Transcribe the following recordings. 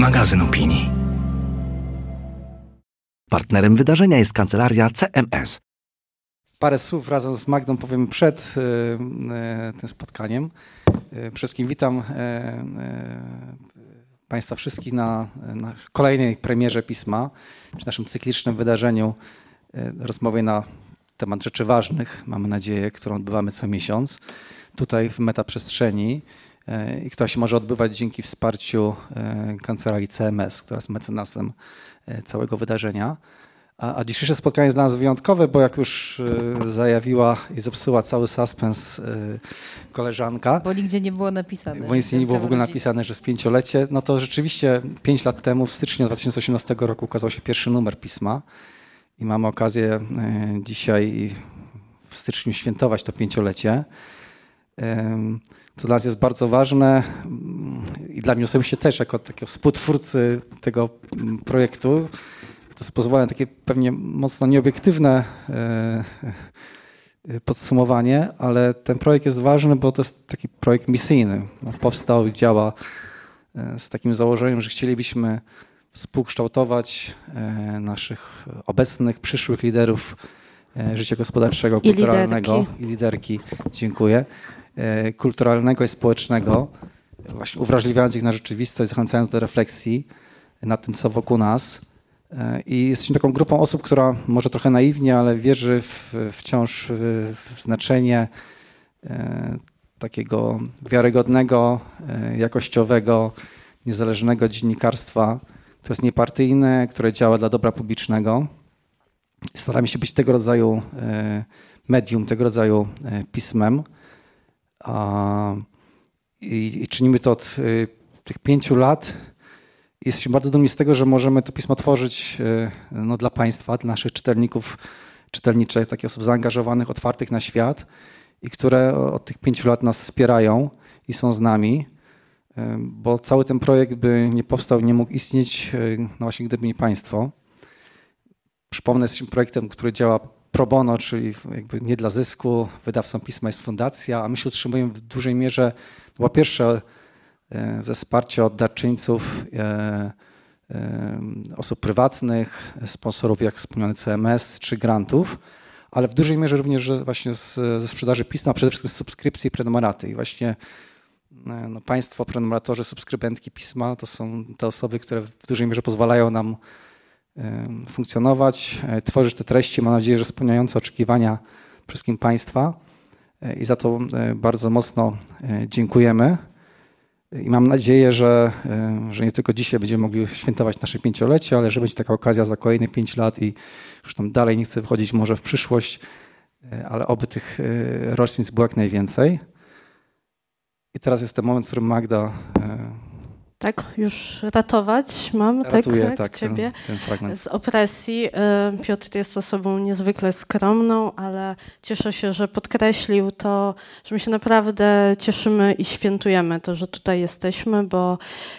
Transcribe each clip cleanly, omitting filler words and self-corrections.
magazyn opinii. Partnerem wydarzenia jest kancelaria CMS. Parę słów razem z Magdą powiem przed tym spotkaniem. Przede wszystkim witam Państwa wszystkich na kolejnej premierze pisma, przy naszym cyklicznym wydarzeniu rozmowy na temat rzeczy ważnych, mamy nadzieję, którą odbywamy co miesiąc tutaj w Metaprzestrzeni i która się może odbywać dzięki wsparciu kancelarii CMS, która jest mecenasem całego wydarzenia. A dzisiejsze spotkanie jest dla nas wyjątkowe, bo jak już zajawiła i zepsuła cały suspens koleżanka. Bo nigdzie nie było napisane. Bo nic nie było w ogóle napisane, że jest 5-lecie. No to rzeczywiście 5 lat temu, w styczniu 2018 roku ukazał się pierwszy numer pisma i mamy okazję dzisiaj w styczniu świętować to 5-lecie. Co dla nas jest bardzo ważne i dla mnie osobiście też, jako takiego współtwórcy tego projektu, to sobie pozwolę na takie pewnie mocno nieobiektywne podsumowanie, ale ten projekt jest ważny, bo to jest taki projekt misyjny. Powstał i działa z takim założeniem, że chcielibyśmy współkształtować naszych obecnych, przyszłych liderów życia gospodarczego, kulturalnego i liderki. Dziękuję. Kulturalnego i społecznego, właśnie uwrażliwiając ich na rzeczywistość, zachęcając do refleksji nad tym, co wokół nas. I jesteśmy taką grupą osób, która może trochę naiwnie, ale wierzy wciąż w znaczenie takiego wiarygodnego, jakościowego, niezależnego dziennikarstwa, które jest niepartyjne, które działa dla dobra publicznego. Staramy się być tego rodzaju medium, tego rodzaju pismem. I czynimy to od tych 5 lat. Jesteśmy bardzo dumni z tego, że możemy to pismo tworzyć dla Państwa, dla naszych czytelników, czytelniczek, takich osób zaangażowanych, otwartych na świat i które od tych 5 lat nas wspierają i są z nami, bo cały ten projekt by nie powstał, nie mógł istnieć, właśnie gdyby nie Państwo. Przypomnę, jesteśmy projektem, który działa pro bono, czyli jakby nie dla zysku. Wydawcą pisma jest fundacja, a my się utrzymujemy w dużej mierze, po pierwsze ze wsparcia od darczyńców, osób prywatnych, sponsorów, jak wspomniany CMS, czy grantów, ale w dużej mierze również właśnie ze sprzedaży pisma, przede wszystkim z subskrypcji i prenumeraty. I właśnie Państwo, prenumeratorzy, subskrybentki pisma to są te osoby, które w dużej mierze pozwalają nam funkcjonować, tworzyć te treści, mam nadzieję, że spełniające oczekiwania przede wszystkim Państwa i za to bardzo mocno dziękujemy. I mam nadzieję, że nie tylko dzisiaj będziemy mogli świętować nasze 5-lecie, ale że będzie taka okazja za kolejne 5 lat i już tam dalej nie chcę wychodzić może w przyszłość, ale oby tych rocznic było jak najwięcej. I teraz jest ten moment, w którym Magda... Tak, już ratować mam, Ratuje, ciebie ten fragment. Z opresji. Piotr jest osobą niezwykle skromną, ale cieszę się, że podkreślił to, że my się naprawdę cieszymy i świętujemy to, że tutaj jesteśmy, bo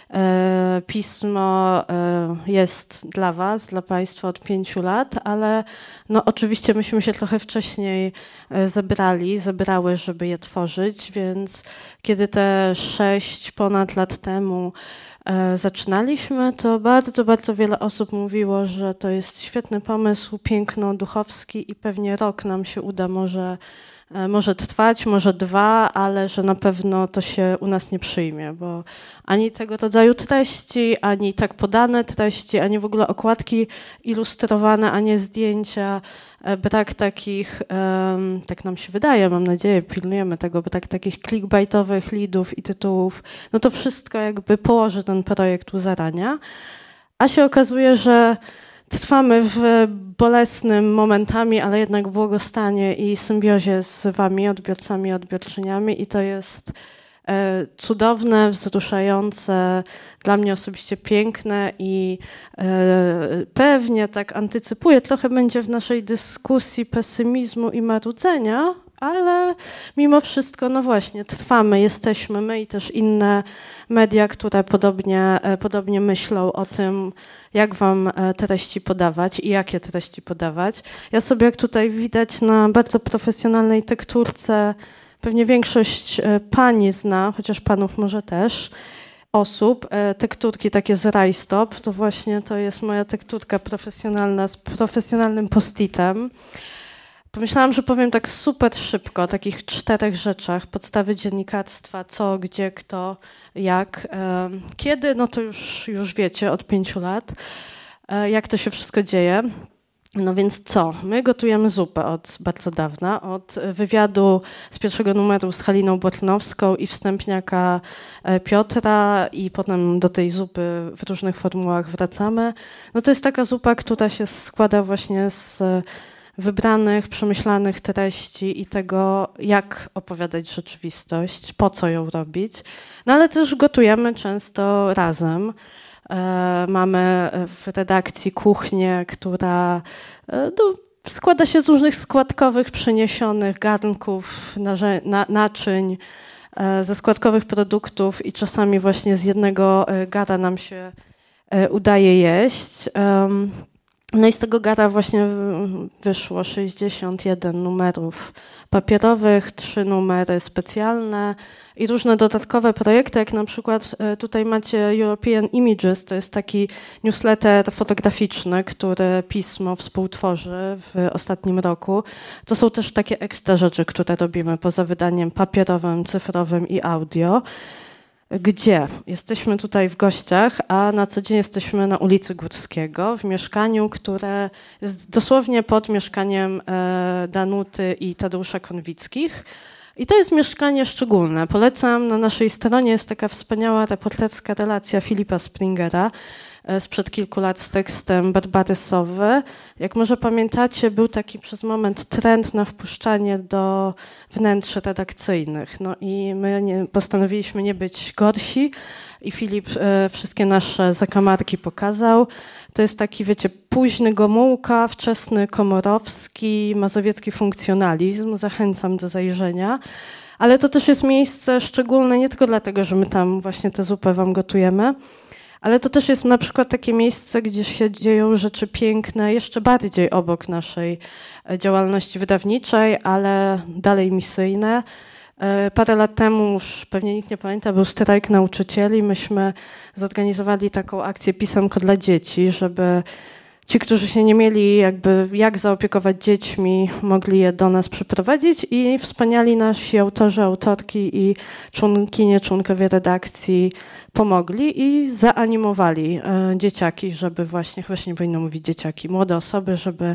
pismo jest dla was, dla państwa od 5 lat, ale no oczywiście myśmy się trochę wcześniej zebrały, żeby je tworzyć, więc kiedy te 6 ponad lat temu zaczynaliśmy, to bardzo, bardzo wiele osób mówiło, że to jest świetny pomysł, piękno-duchowski i pewnie rok nam się uda może trwać, może 2, ale że na pewno to się u nas nie przyjmie, bo ani tego rodzaju treści, ani tak podane treści, ani w ogóle okładki ilustrowane, ani zdjęcia, brak takich, tak nam się wydaje, mam nadzieję, pilnujemy tego, brak takich clickbaitowych leadów i tytułów, no to wszystko jakby położy ten projekt u zarania, a się okazuje, że trwamy w bolesnym momentami, ale jednak w błogostanie i symbiozie z wami, odbiorcami i odbiorczyniami i to jest cudowne, wzruszające, dla mnie osobiście piękne i pewnie tak antycypuję, trochę będzie w naszej dyskusji pesymizmu i marudzenia, ale mimo wszystko, no właśnie, trwamy, jesteśmy my i też inne media, które podobnie myślą o tym, jak wam treści podawać i jakie treści podawać. Ja sobie, jak tutaj widać na bardzo profesjonalnej tekturce, pewnie większość pani zna, chociaż panów może też, osób. Tekturki takie z rajstop, to właśnie to jest moja tekturka profesjonalna z profesjonalnym post-item. Pomyślałam, że powiem tak super szybko o takich 4 rzeczach. Podstawy dziennikarstwa, co, gdzie, kto, jak. Kiedy, no to już wiecie, od 5 lat. Jak to się wszystko dzieje. No więc co? My gotujemy zupę od bardzo dawna, od wywiadu z pierwszego numeru z Haliną Bortnowską i wstępniaka Piotra i potem do tej zupy w różnych formułach wracamy. No to jest taka zupa, która się składa właśnie z wybranych, przemyślanych treści i tego, jak opowiadać rzeczywistość, po co ją robić. No ale też gotujemy często razem. Mamy w redakcji kuchnię, która składa się z różnych składkowych, przyniesionych garnków, naczyń, ze składkowych produktów i czasami właśnie z jednego gara nam się udaje jeść. No i z tego gara właśnie wyszło 61 numerów papierowych, 3 numery specjalne i różne dodatkowe projekty, jak na przykład tutaj macie European Images, to jest taki newsletter fotograficzny, który pismo współtworzy w ostatnim roku. To są też takie ekstra rzeczy, które robimy poza wydaniem papierowym, cyfrowym i audio. Gdzie? Jesteśmy tutaj w gościach, a na co dzień jesteśmy na ulicy Górskiego, w mieszkaniu, które jest dosłownie pod mieszkaniem Danuty i Tadeusza Konwickich. I to jest mieszkanie szczególne. Polecam, na naszej stronie jest taka wspaniała reporterska relacja Filipa Springera sprzed kilku lat z tekstem barbarysowy. Jak może pamiętacie, był taki przez moment trend na wpuszczanie do wnętrz redakcyjnych. No i my postanowiliśmy nie być gorsi i Filip wszystkie nasze zakamarki pokazał. To jest taki, wiecie, późny Gomułka, wczesny komorowski, mazowiecki funkcjonalizm. Zachęcam do zajrzenia. Ale to też jest miejsce szczególne nie tylko dlatego, że my tam właśnie tę zupę wam gotujemy, ale to też jest na przykład takie miejsce, gdzie się dzieją rzeczy piękne, jeszcze bardziej obok naszej działalności wydawniczej, ale dalej misyjne. Parę lat temu, już pewnie nikt nie pamięta, był strajk nauczycieli. Myśmy zorganizowali taką akcję Pisemko dla dzieci, żeby ci, którzy się nie mieli jakby jak zaopiekować dziećmi, mogli je do nas przyprowadzić i wspaniali nasi autorzy, autorki i członkowie redakcji pomogli i zaanimowali dzieciaki, żeby właśnie, chyba się nie powinno mówić dzieciaki, młode osoby,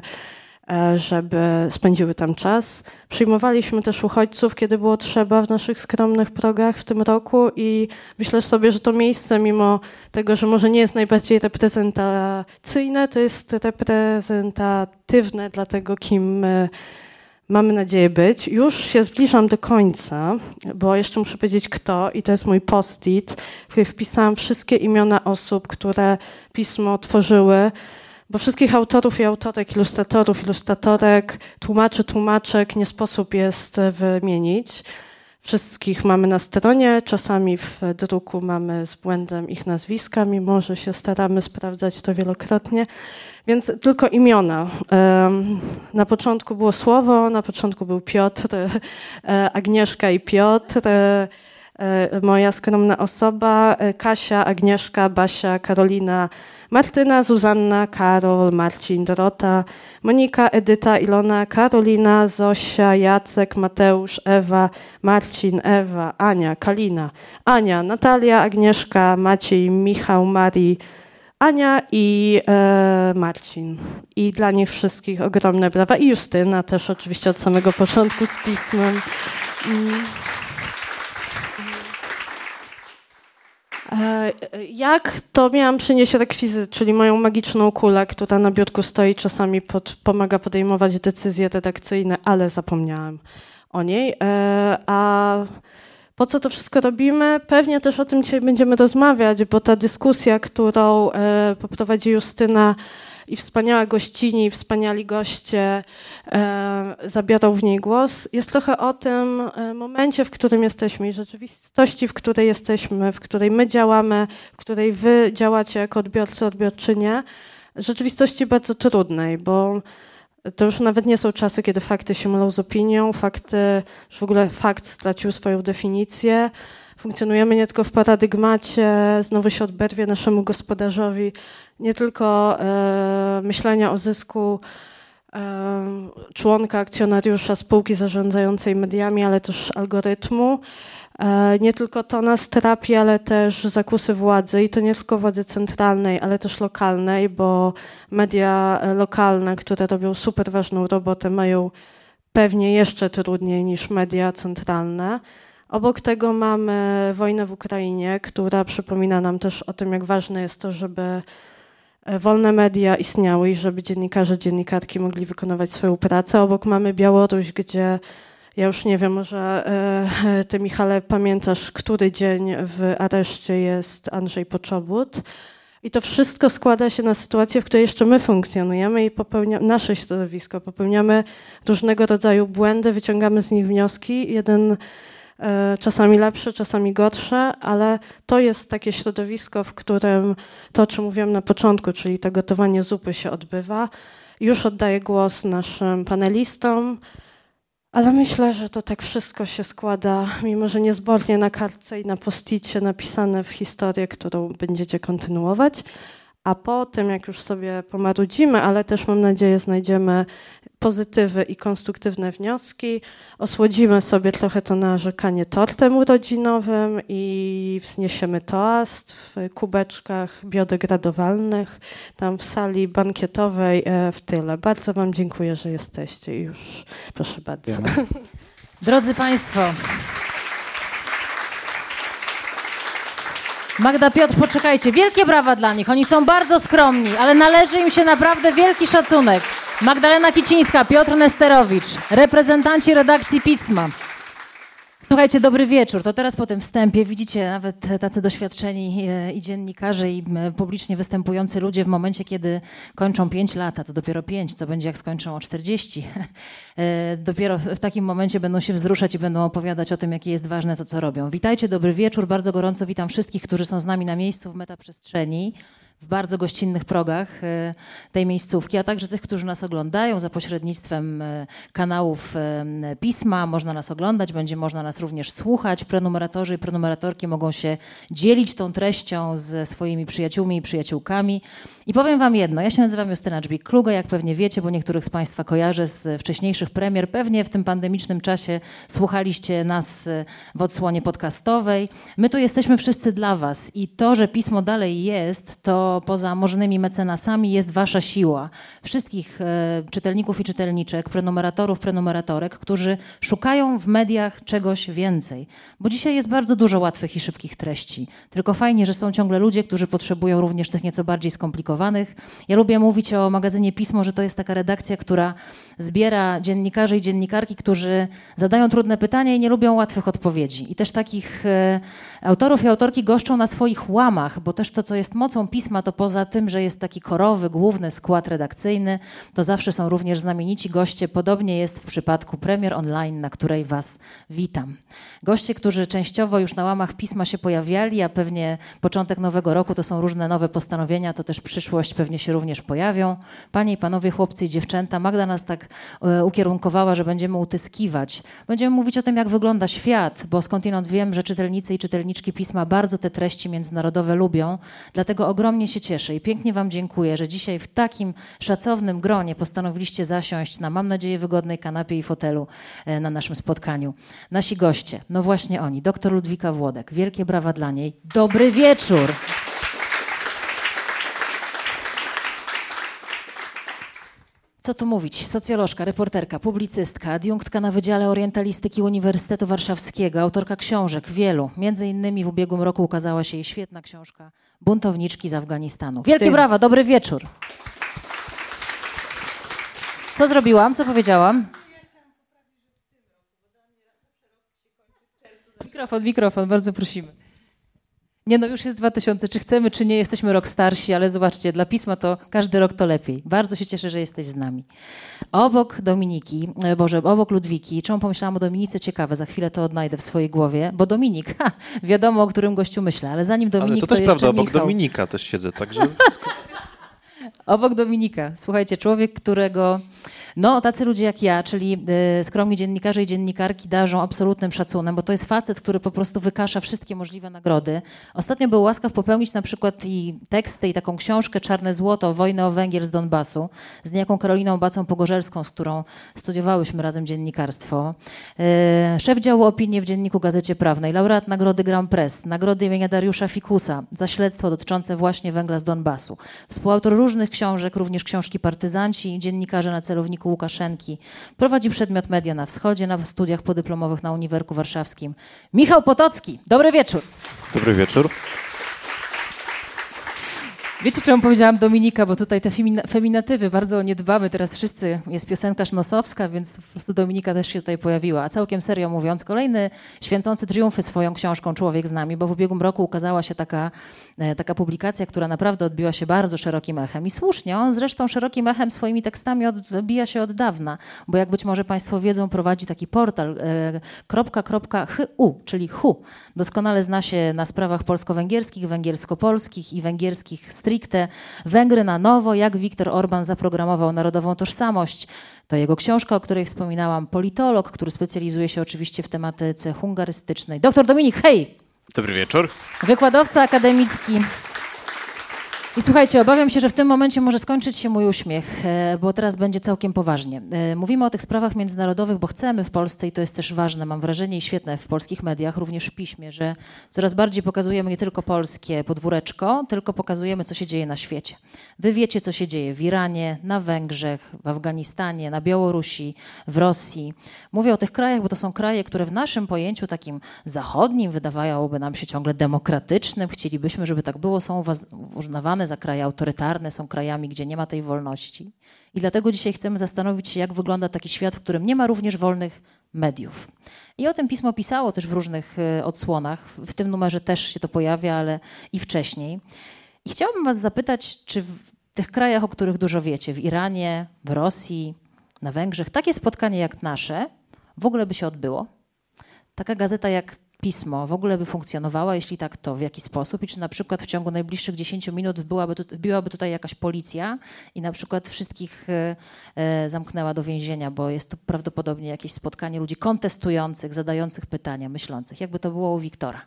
żeby spędziły tam czas. Przyjmowaliśmy też uchodźców, kiedy było trzeba w naszych skromnych progach w tym roku i myślę sobie, że to miejsce, mimo tego, że może nie jest najbardziej reprezentacyjne, to jest reprezentatywne dla tego, kim my mamy nadzieję być. Już się zbliżam do końca, bo jeszcze muszę powiedzieć kto i to jest mój post-it, w który wpisałam wszystkie imiona osób, które pismo tworzyły, bo wszystkich autorów i autorek, ilustratorów, ilustratorek, tłumaczek nie sposób jest wymienić. Wszystkich mamy na stronie, czasami w druku mamy z błędem ich nazwiska, mimo że się staramy sprawdzać to wielokrotnie. Więc tylko imiona. Na początku było Słowo, na początku był Piotr, Agnieszka i Piotr, moja skromna osoba, Kasia, Agnieszka, Basia, Karolina, Martyna, Zuzanna, Karol, Marcin, Dorota, Monika, Edyta, Ilona, Karolina, Zosia, Jacek, Mateusz, Ewa, Marcin, Ewa, Ania, Kalina, Ania, Natalia, Agnieszka, Maciej, Michał, Marii, Ania i Marcin. I dla nich wszystkich ogromne brawa. I Justyna też oczywiście od samego początku z pismem. Jak to miałam przynieść rekwizyt, czyli moją magiczną kulę, która na biurku stoi, czasami pomaga podejmować decyzje redakcyjne, ale zapomniałam o niej. A po co to wszystko robimy? Pewnie też o tym dzisiaj będziemy rozmawiać, bo ta dyskusja, którą poprowadzi Justyna i wspaniała gościni, wspaniali goście zabiorą w niej głos, jest trochę o tym momencie, w którym jesteśmy i rzeczywistości, w której jesteśmy, w której my działamy, w której wy działacie jako odbiorcy, odbiorczynie. Rzeczywistości bardzo trudnej, bo to już nawet nie są czasy, kiedy fakty się mylą z opinią, że w ogóle fakt stracił swoją definicję. funkcjonujemy nie tylko w paradygmacie, znowu się odberwie naszemu gospodarzowi, nie tylko myślenia o zysku członka, akcjonariusza spółki zarządzającej mediami, ale też algorytmu. Nie tylko to nas trapi, ale też zakusy władzy i to nie tylko władzy centralnej, ale też lokalnej, bo media lokalne, które robią super ważną robotę, mają pewnie jeszcze trudniej niż media centralne. Obok tego mamy wojnę w Ukrainie, która przypomina nam też o tym, jak ważne jest to, żeby wolne media istniały i żeby dziennikarze, dziennikarki mogli wykonywać swoją pracę. Obok mamy Białoruś, gdzie ja już nie wiem, może ty, Michale, pamiętasz, który dzień w areszcie jest Andrzej Poczobut. I to wszystko składa się na sytuację, w której jeszcze my funkcjonujemy i nasze środowisko, popełniamy różnego rodzaju błędy, wyciągamy z nich wnioski. Jeden czasami lepsze, czasami gorsze, ale to jest takie środowisko, w którym to, o czym mówiłam na początku, czyli to gotowanie zupy się odbywa. Już oddaję głos naszym panelistom, ale myślę, że to tak wszystko się składa, mimo że niezbornie na kartce i na post-icie napisane w historię, którą będziecie kontynuować. A po tym, jak już sobie pomarudzimy, ale też mam nadzieję znajdziemy pozytywy i konstruktywne wnioski, osłodzimy sobie trochę to narzekanie tortem urodzinowym i wzniesiemy toast w kubeczkach biodegradowalnych, tam w sali bankietowej w tyle. Bardzo wam dziękuję, że jesteście i już proszę bardzo. Drodzy Państwo, Magda, Piotr, poczekajcie. Wielkie brawa dla nich. Oni są bardzo skromni, ale należy im się naprawdę wielki szacunek. Magdalena Kicińska, Piotr Nesterowicz, reprezentanci redakcji Pisma. Słuchajcie, dobry wieczór. To teraz po tym wstępie widzicie nawet tacy doświadczeni i dziennikarze, i publicznie występujący ludzie w momencie, kiedy kończą 5 lat, a to dopiero 5, co będzie jak skończą o 40. Dopiero w takim momencie będą się wzruszać i będą opowiadać o tym, jakie jest ważne to, co robią. Witajcie, dobry wieczór. Bardzo gorąco witam wszystkich, którzy są z nami na miejscu w Metaprzestrzeni, w bardzo gościnnych progach tej miejscówki, a także tych, którzy nas oglądają za pośrednictwem kanałów Pisma. Można nas oglądać, będzie można nas również słuchać. Prenumeratorzy i prenumeratorki mogą się dzielić tą treścią ze swoimi przyjaciółmi i przyjaciółkami. I powiem wam jedno, ja się nazywam Justyna Dżbik-Kluga, jak pewnie wiecie, bo niektórych z państwa kojarzę z wcześniejszych premier. Pewnie w tym pandemicznym czasie słuchaliście nas w odsłonie podcastowej. My tu jesteśmy wszyscy dla was i to, że Pismo dalej jest, to poza możnymi mecenasami jest wasza siła. Wszystkich czytelników i czytelniczek, prenumeratorów, prenumeratorek, którzy szukają w mediach czegoś więcej. Bo dzisiaj jest bardzo dużo łatwych i szybkich treści. Tylko fajnie, że są ciągle ludzie, którzy potrzebują również tych nieco bardziej skomplikowanych. Ja lubię mówić o magazynie Pismo, że to jest taka redakcja, która zbiera dziennikarzy i dziennikarki, którzy zadają trudne pytania i nie lubią łatwych odpowiedzi. I też takich autorów i autorki goszczą na swoich łamach, bo też to, co jest mocą Pisma, to poza tym, że jest taki korowy, główny skład redakcyjny, to zawsze są również znamienici goście. Podobnie jest w przypadku Premier Online, na której was witam. Goście, którzy częściowo już na łamach Pisma się pojawiali, a pewnie początek nowego roku to są różne nowe postanowienia, to też przyszłość pewnie się również pojawią. Panie i panowie, chłopcy i dziewczęta, Magda nas tak ukierunkowała, że będziemy utyskiwać. Będziemy mówić o tym, jak wygląda świat, bo skądinąd wiem, że czytelnicy i czytelniczki Pisma bardzo te treści międzynarodowe lubią, dlatego ogromnie się cieszę i pięknie wam dziękuję, że dzisiaj w takim szacownym gronie postanowiliście zasiąść na, mam nadzieję, wygodnej kanapie i fotelu na naszym spotkaniu. Nasi goście, no właśnie oni, dr Ludwika Włodek. Wielkie brawa dla niej. Dobry wieczór. Co tu mówić? Socjolożka, reporterka, publicystka, adiunktka na Wydziale Orientalistyki Uniwersytetu Warszawskiego, autorka książek wielu. Między innymi w ubiegłym roku ukazała się jej świetna książka Buntowniczki z Afganistanu. Wielkie brawa, dobry wieczór. Co zrobiłam? Co powiedziałam? Mikrofon, bardzo prosimy. Nie, no już jest 2000, czy chcemy, czy nie, jesteśmy rok starsi, ale zobaczcie, dla Pisma to każdy rok to lepiej. Bardzo się cieszę, że jesteś z nami. Obok Ludwiki, czemu pomyślałam o Dominice, ciekawe, za chwilę to odnajdę w swojej głowie, bo Dominik, wiadomo, o którym gościu myślę, ale zanim Dominik, ale to też jeszcze prawda, obok Michał. Dominika też siedzę, także... Obok Dominika, słuchajcie, człowiek, którego No, tacy ludzie jak ja, czyli skromni dziennikarze i dziennikarki darzą absolutnym szacunem, bo to jest facet, który po prostu wykasza wszystkie możliwe nagrody. Ostatnio był łaskaw popełnić na przykład i teksty, i taką książkę Czarne złoto, Wojnę o węgiel z Donbasu, z niejaką Karoliną Bacą-Pogorzelską, z którą studiowałyśmy razem dziennikarstwo. Szef działu opinii w Dzienniku Gazecie Prawnej, laureat Nagrody Grand Press, Nagrody imienia Dariusza Fikusa za śledztwo dotyczące właśnie węgla z Donbasu. Współautor różnych książek, również książki Partyzanci, dziennikarze na celowniku Łukaszenki. Prowadzi przedmiot Media na Wschodzie na studiach podyplomowych na Uniwersytecie Warszawskim. Michał Potocki, dobry wieczór. Dobry wieczór. Wiecie, czemu powiedziałam Dominika, bo tutaj te feminatywy bardzo nie dbamy. Teraz wszyscy, jest piosenkarz Nosowska, więc po prostu Dominika też się tutaj pojawiła. A całkiem serio mówiąc, kolejny święcący triumfy swoją książką Człowiek z nami, bo w ubiegłym roku ukazała się taka publikacja, która naprawdę odbiła się bardzo szerokim echem. I słusznie, on zresztą szerokim echem swoimi tekstami odbija się od dawna, bo jak być może Państwo wiedzą, prowadzi taki portal .hu, czyli HU. Doskonale zna się na sprawach polsko-węgierskich, węgiersko-polskich i węgierskich stricte. Węgry na nowo, jak Viktor Orban zaprogramował narodową tożsamość. To jego książka, o której wspominałam, politolog, który specjalizuje się oczywiście w tematyce hungarystycznej. Doktor Dominik, hej! Dobry wieczór. Wykładowca akademicki. I słuchajcie, obawiam się, że w tym momencie może skończyć się mój uśmiech, bo teraz będzie całkiem poważnie. Mówimy o tych sprawach międzynarodowych, bo chcemy w Polsce, i to jest też ważne, mam wrażenie, i świetne w polskich mediach, również w piśmie, że coraz bardziej pokazujemy nie tylko polskie podwóreczko, tylko pokazujemy, co się dzieje na świecie. Wy wiecie, co się dzieje w Iranie, na Węgrzech, w Afganistanie, na Białorusi, w Rosji. Mówię o tych krajach, bo to są kraje, które w naszym pojęciu takim zachodnim wydawałoby nam się ciągle demokratycznym. Chcielibyśmy, żeby tak było, są uznawane za kraje autorytarne, są krajami, gdzie nie ma tej wolności. I dlatego dzisiaj chcemy zastanowić się, jak wygląda taki świat, w którym nie ma również wolnych mediów. I o tym pismo pisało też w różnych odsłonach. W tym numerze też się to pojawia, ale i wcześniej. I chciałabym was zapytać, czy w tych krajach, o których dużo wiecie, w Iranie, w Rosji, na Węgrzech, takie spotkanie jak nasze w ogóle by się odbyło? Taka gazeta jak Pismo w ogóle by funkcjonowała? Jeśli tak, to w jaki sposób? I czy na przykład w ciągu najbliższych 10 minut wbiłaby tutaj jakaś policja i na przykład wszystkich zamknęła do więzienia, bo jest to prawdopodobnie jakieś spotkanie ludzi kontestujących, zadających pytania, myślących. Jakby to było u Wiktora?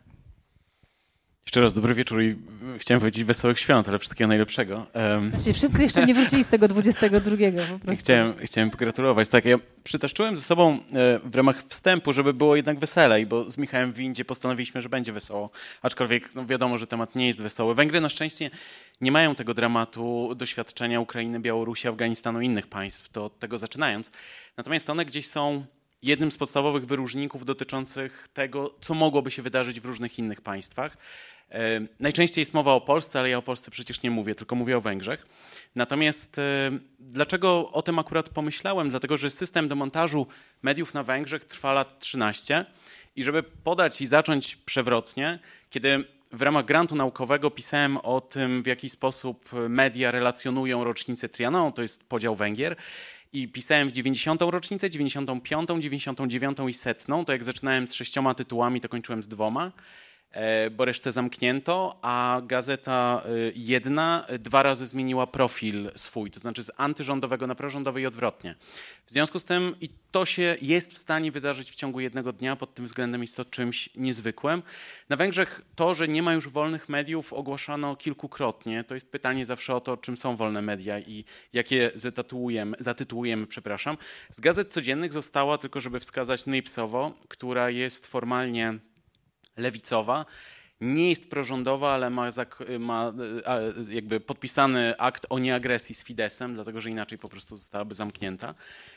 Jeszcze raz dobry wieczór i chciałem powiedzieć wesołych świąt, ale wszystkiego najlepszego. Znaczy, wszyscy jeszcze nie wrócili z tego 22 po prostu. Chciałem pogratulować. Tak, ja przytaszczyłem ze sobą w ramach wstępu, żeby było jednak weselej, bo z Michałem w windzie postanowiliśmy, że będzie wesoło. Aczkolwiek no wiadomo, że temat nie jest wesoły. Węgry na szczęście nie mają tego dramatu doświadczenia Ukrainy, Białorusi, Afganistanu i innych państw, to od tego zaczynając. Natomiast one gdzieś są jednym z podstawowych wyróżników dotyczących tego, co mogłoby się wydarzyć w różnych innych państwach. Najczęściej jest mowa o Polsce, ale ja o Polsce przecież nie mówię, tylko mówię o Węgrzech. Natomiast dlaczego o tym akurat pomyślałem? Dlatego, że system demontażu mediów na Węgrzech trwa lat 13 i żeby podać i zacząć przewrotnie, kiedy w ramach grantu naukowego pisałem o tym, w jaki sposób media relacjonują rocznicę Trianon, to jest podział Węgier, i pisałem w 90. rocznicę, 95., 99. i 100. To jak zaczynałem z 6 tytułami, to kończyłem z 2, bo resztę zamknięto, a Gazeta Jedna 2 razy zmieniła profil swój, to znaczy z antyrządowego na prorządowy i odwrotnie. W związku z tym i to się jest w stanie wydarzyć w ciągu jednego dnia, pod tym względem jest to czymś niezwykłym. Na Węgrzech to, że nie ma już wolnych mediów, ogłaszano kilkukrotnie. To jest pytanie zawsze o to, czym są wolne media i jak je zatytułujemy. Z gazet codziennych została, tylko żeby wskazać, Nypsowo, która jest formalnie lewicowa, nie jest prorządowa, ale ma jakby podpisany akt o nieagresji z Fidesem, dlatego że inaczej po prostu zostałaby zamknięta.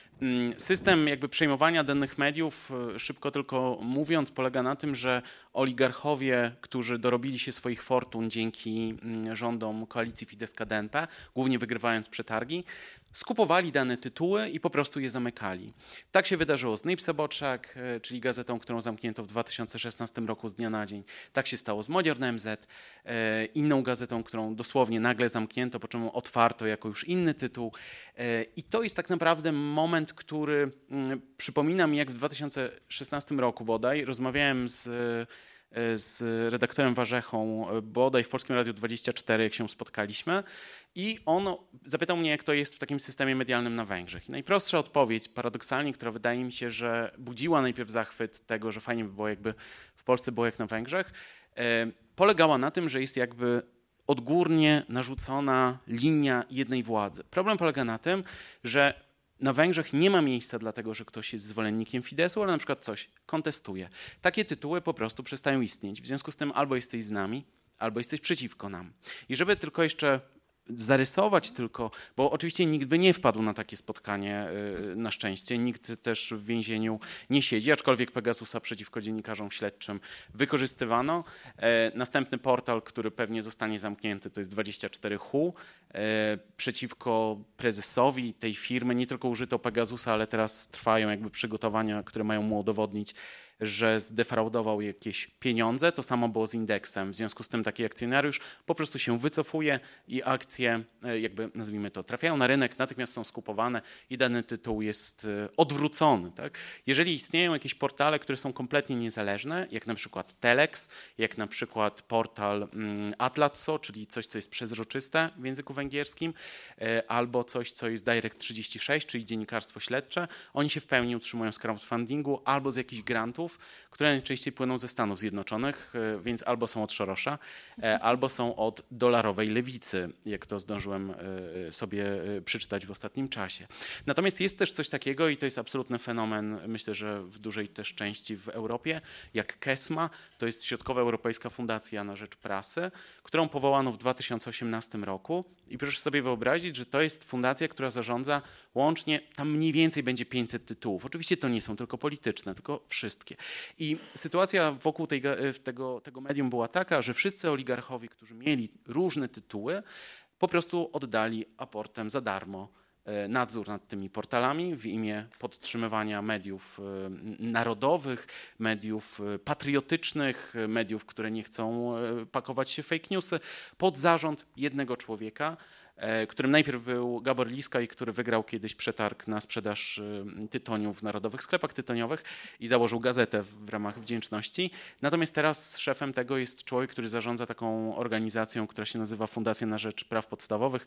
System jakby przejmowania danych mediów, szybko tylko mówiąc, polega na tym, że oligarchowie, którzy dorobili się swoich fortun dzięki rządom koalicji Fidesz-KDNP, głównie wygrywając przetargi, skupowali dane tytuły i po prostu je zamykali. Tak się wydarzyło z Nypsoboczak, czyli gazetą, którą zamknięto w 2016 roku z dnia na dzień. Tak się stało z Modern MZ, inną gazetą, którą dosłownie nagle zamknięto, po czym otwarto jako już inny tytuł. I to jest tak naprawdę moment, który przypomina mi, jak w 2016 roku bodaj rozmawiałem z z redaktorem Warzechą, bodaj w Polskim Radiu 24, jak się spotkaliśmy. I on zapytał mnie, jak to jest w takim systemie medialnym na Węgrzech. I najprostsza odpowiedź, paradoksalnie, która wydaje mi się, że budziła najpierw zachwyt tego, że fajnie by było, jakby w Polsce było jak na Węgrzech, polegała na tym, że jest jakby odgórnie narzucona linia jednej władzy. Problem polega na tym, że na Węgrzech nie ma miejsca dlatego, że ktoś jest zwolennikiem Fideszu, ale na przykład coś kontestuje. Takie tytuły po prostu przestają istnieć. W związku z tym albo jesteś z nami, albo jesteś przeciwko nam. I żeby tylko jeszcze zarysować bo oczywiście nikt by nie wpadł na takie spotkanie, na szczęście. Nikt też w więzieniu nie siedzi, aczkolwiek Pegasusa przeciwko dziennikarzom śledczym wykorzystywano. Następny portal, który pewnie zostanie zamknięty, to jest 24Hu. Przeciwko prezesowi tej firmy nie tylko użyto Pegasusa, ale teraz trwają jakby przygotowania, które mają mu udowodnić, że zdefraudował jakieś pieniądze. To samo było z Indeksem. W związku z tym taki akcjonariusz po prostu się wycofuje i akcje, jakby nazwijmy to, trafiają na rynek, natychmiast są skupowane i dany tytuł jest odwrócony. Tak? Jeżeli istnieją jakieś portale, które są kompletnie niezależne, jak na przykład Telex, jak na przykład portal Atlaso, czyli coś, co jest przezroczyste w języku węgierskim, albo coś, co jest Direct36, czyli dziennikarstwo śledcze, oni się w pełni utrzymują z crowdfundingu albo z jakichś grantów, które najczęściej płyną ze Stanów Zjednoczonych, więc albo są od Sorosza, albo są od dolarowej lewicy, jak to zdążyłem sobie przeczytać w ostatnim czasie. Natomiast jest też coś takiego i to jest absolutny fenomen, myślę, że w dużej też części w Europie, jak KESMA, to jest Środkowa Europejska Fundacja na Rzecz Prasy, którą powołano w 2018 roku i proszę sobie wyobrazić, że to jest fundacja, która zarządza łącznie, tam mniej więcej będzie 500 tytułów. Oczywiście to nie są tylko polityczne, tylko wszystkie. I sytuacja wokół tego medium była taka, że wszyscy oligarchowie, którzy mieli różne tytuły, po prostu oddali aportem za darmo nadzór nad tymi portalami w imię podtrzymywania mediów narodowych, mediów patriotycznych, mediów, które nie chcą pakować się w fake newsy, pod zarząd jednego człowieka, którym najpierw był Gabor Liska i który wygrał kiedyś przetarg na sprzedaż tytoniu w narodowych sklepach tytoniowych i założył gazetę w ramach wdzięczności. Natomiast teraz szefem tego jest człowiek, który zarządza taką organizacją, która się nazywa Fundacja na Rzecz Praw Podstawowych.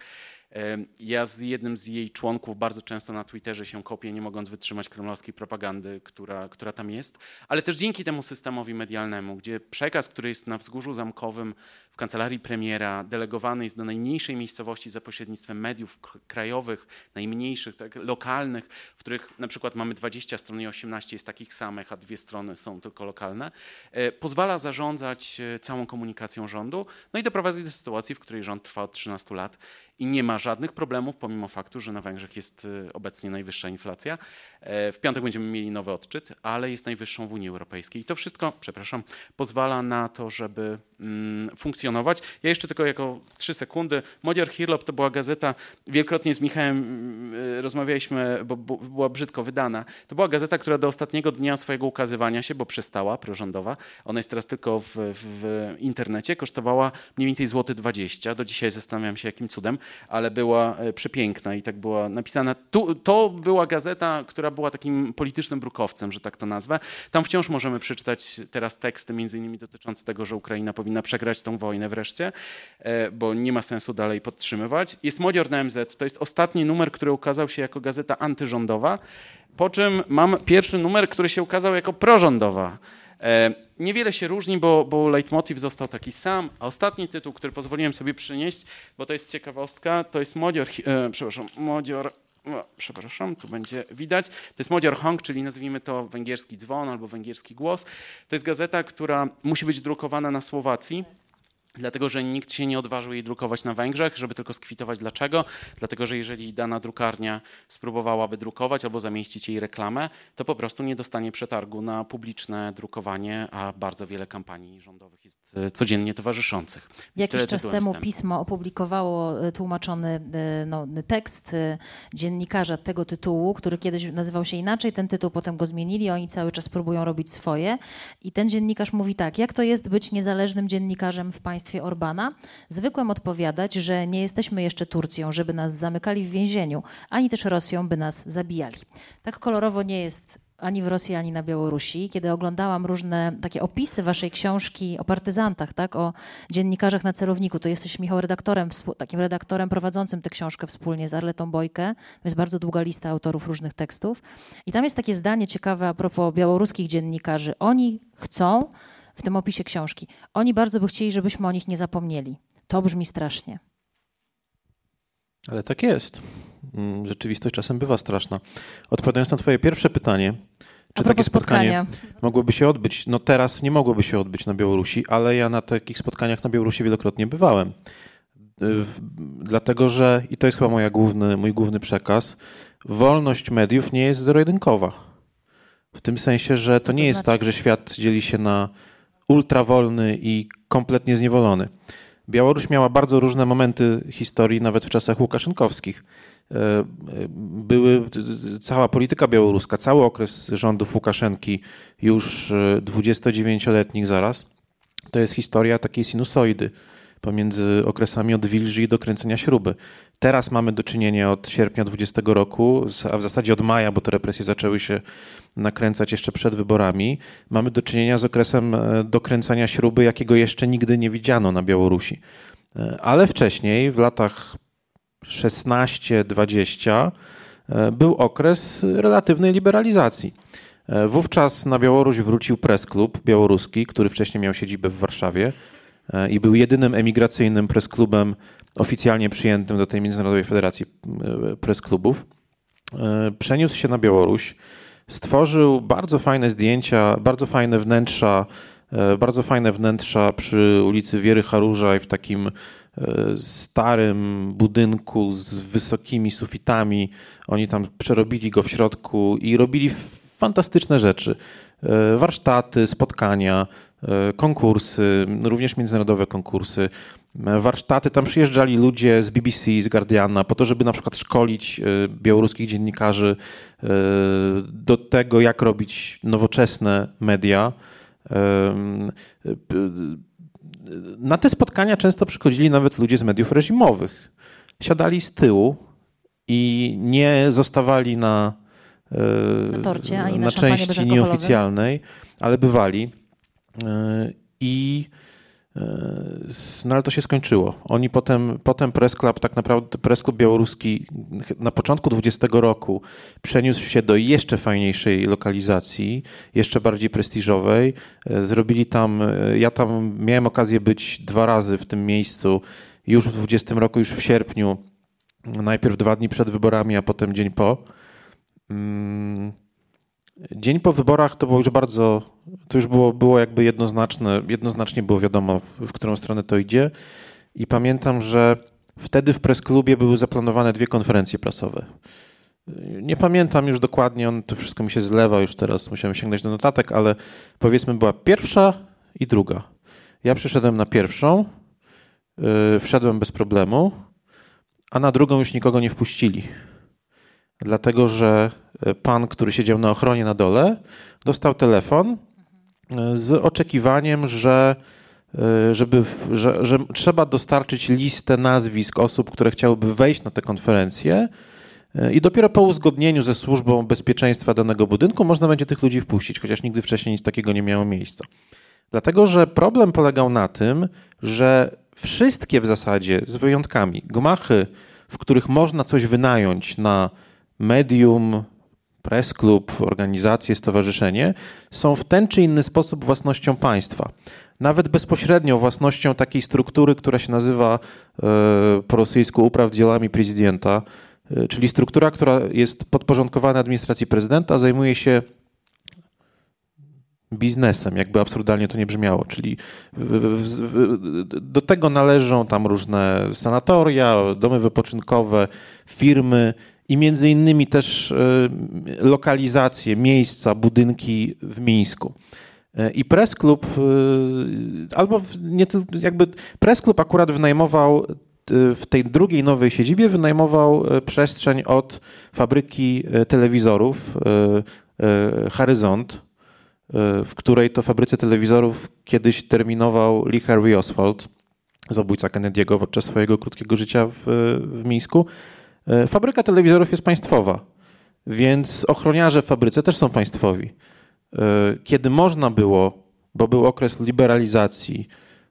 Ja z jednym z jej członków bardzo często na Twitterze się kopię, nie mogąc wytrzymać kremlowskiej propagandy, która tam jest. Ale też dzięki temu systemowi medialnemu, gdzie przekaz, który jest na Wzgórzu Zamkowym w kancelarii premiera, delegowany jest do najmniejszej miejscowości za pośrednictwem mediów krajowych, najmniejszych, tak, lokalnych, w których na przykład mamy 20 stron i 18 jest takich samych, a 2 strony są tylko lokalne, pozwala zarządzać całą komunikacją rządu, no i doprowadzić do sytuacji, w której rząd trwa od 13 lat i nie ma żadnych problemów, pomimo faktu, że na Węgrzech jest obecnie najwyższa inflacja. W piątek będziemy mieli nowy odczyt, ale jest najwyższą w Unii Europejskiej. I to wszystko, pozwala na to, żeby funkcjonować. Ja jeszcze tylko jako 3 sekundy. Magyar Hírlap to była gazeta, wielokrotnie z Michałem rozmawialiśmy, bo była brzydko wydana. To była gazeta, która do ostatniego dnia swojego ukazywania się, bo przestała, prorządowa, ona jest teraz tylko w internecie, kosztowała mniej więcej złoty 20. Do dzisiaj zastanawiam się, jakim cudem, ale była przepiękna i tak była napisana. To była gazeta, która była takim politycznym brukowcem, że tak to nazwę. Tam wciąż możemy przeczytać teraz teksty, między innymi dotyczące tego, że Ukraina powinna przegrać tą wojnę wreszcie, bo nie ma sensu dalej podtrzymywać. Jest Magyar Nemzet, to jest ostatni numer, który ukazał się jako gazeta antyrządowa, po czym mam pierwszy numer, który się ukazał jako prorządowa. Niewiele się różni, bo leitmotiv został taki sam, a ostatni tytuł, który pozwoliłem sobie przynieść, bo to jest ciekawostka, to jest tu będzie widać. To jest Magyar Hang, czyli nazwijmy to węgierski dzwon albo węgierski głos. To jest gazeta, która musi być drukowana na Słowacji, dlatego że nikt się nie odważył jej drukować na Węgrzech, żeby tylko skwitować dlaczego. Dlatego, że jeżeli dana drukarnia spróbowałaby drukować albo zamieścić jej reklamę, to po prostu nie dostanie przetargu na publiczne drukowanie, a bardzo wiele kampanii rządowych jest codziennie towarzyszących. Jakiś czas temu pismo opublikowało tłumaczony tekst dziennikarza tego tytułu, który kiedyś nazywał się inaczej. Ten tytuł potem go zmienili, oni cały czas próbują robić swoje. I ten dziennikarz mówi tak, jak to jest być niezależnym dziennikarzem w państwie Orbana? Zwykłem odpowiadać, że nie jesteśmy jeszcze Turcją, żeby nas zamykali w więzieniu, ani też Rosją, by nas zabijali. Tak kolorowo nie jest ani w Rosji, ani na Białorusi. Kiedy oglądałam różne takie opisy waszej książki o partyzantach, tak, o dziennikarzach na celowniku, to jesteś, Michał, redaktorem, takim redaktorem prowadzącym tę książkę wspólnie z Arletą Bojkę. To jest bardzo długa lista autorów różnych tekstów. I tam jest takie zdanie ciekawe a propos białoruskich dziennikarzy. Oni chcą, w tym opisie książki, oni bardzo by chcieli, żebyśmy o nich nie zapomnieli. To brzmi strasznie. Ale tak jest. Rzeczywistość czasem bywa straszna. Odpowiadając na twoje pierwsze pytanie, czy takie spotkanie mogłoby się odbyć? No teraz nie mogłoby się odbyć na Białorusi, ale ja na takich spotkaniach na Białorusi wielokrotnie bywałem. Dlatego, że, i to jest chyba mój główny przekaz, wolność mediów nie jest zero-jedynkowa. W tym sensie, że to nie jest tak, że świat dzieli się na ultrawolny i kompletnie zniewolony. Białoruś miała bardzo różne momenty historii, nawet w czasach łukaszenkowskich. Cała polityka białoruska, cały okres rządów Łukaszenki, już 29-letnich zaraz, to jest historia takiej sinusoidy pomiędzy okresami odwilży i dokręcenia śruby. Teraz mamy do czynienia od sierpnia 20 roku, a w zasadzie od maja, bo te represje zaczęły się nakręcać jeszcze przed wyborami, mamy do czynienia z okresem dokręcania śruby, jakiego jeszcze nigdy nie widziano na Białorusi. Ale wcześniej, w latach 16-20, był okres relatywnej liberalizacji. Wówczas na Białoruś wrócił press-klub białoruski, który wcześniej miał siedzibę w Warszawie i był jedynym emigracyjnym press-klubem oficjalnie przyjętym do tej Międzynarodowej Federacji Press-klubów. Przeniósł się na Białoruś, stworzył bardzo fajne zdjęcia, bardzo fajne wnętrza przy ulicy Wiery Haruzaj w takim starym budynku z wysokimi sufitami. Oni tam przerobili go w środku i robili fantastyczne rzeczy. Warsztaty, spotkania, konkursy, również międzynarodowe konkursy. Warsztaty, tam przyjeżdżali ludzie z BBC, z Guardiana po to, żeby na przykład szkolić białoruskich dziennikarzy do tego, jak robić nowoczesne media. Na te spotkania często przychodzili nawet ludzie z mediów reżimowych. Siadali z tyłu i nie zostawali na torcie, ani na części nieoficjalnej, ale bywali. No ale to się skończyło. Oni potem Press Club, tak naprawdę Press Club białoruski na początku 20 roku przeniósł się do jeszcze fajniejszej lokalizacji, jeszcze bardziej prestiżowej. Zrobili tam, ja tam miałem okazję być 2 razy w tym miejscu, już w 20 roku, już w sierpniu, najpierw 2 dni przed wyborami, a potem dzień po. Dzień po wyborach to było już było jakby jednoznacznie było wiadomo, w którą stronę to idzie. I pamiętam, że wtedy w press-klubie były zaplanowane 2 konferencje prasowe. Nie pamiętam już dokładnie, to wszystko mi się zlewa już teraz, musiałem sięgnąć do notatek, ale powiedzmy była pierwsza i druga. Ja przyszedłem na pierwszą, wszedłem bez problemu, a na drugą już nikogo nie wpuścili. Dlatego, że pan, który siedział na ochronie na dole, dostał telefon z oczekiwaniem, że trzeba dostarczyć listę nazwisk osób, które chciałyby wejść na tę konferencję i dopiero po uzgodnieniu ze służbą bezpieczeństwa danego budynku można będzie tych ludzi wpuścić, chociaż nigdy wcześniej nic takiego nie miało miejsca. Dlatego, że problem polegał na tym, że wszystkie w zasadzie, z wyjątkami, gmachy, w których można coś wynająć na medium, press klub, organizację, stowarzyszenie, są w ten czy inny sposób własnością państwa. Nawet bezpośrednio własnością takiej struktury, która się nazywa po rosyjsku upraw dzielami prezydenta, czyli struktura, która jest podporządkowana administracji prezydenta, zajmuje się biznesem, jakby absurdalnie to nie brzmiało, czyli do tego należą tam różne sanatoria, domy wypoczynkowe, firmy i między innymi też lokalizacje, miejsca, budynki w Mińsku. I Press Club, albo nie jakby Press Club akurat wynajmował w tej drugiej nowej siedzibie przestrzeń od fabryki telewizorów Horyzont, w której to fabryce telewizorów kiedyś terminował Lee Harvey Oswald, zabójca Kennedy'ego podczas swojego krótkiego życia w Mińsku. Fabryka telewizorów jest państwowa. Więc ochroniarze w fabryce też są państwowi. Kiedy można było, bo był okres liberalizacji,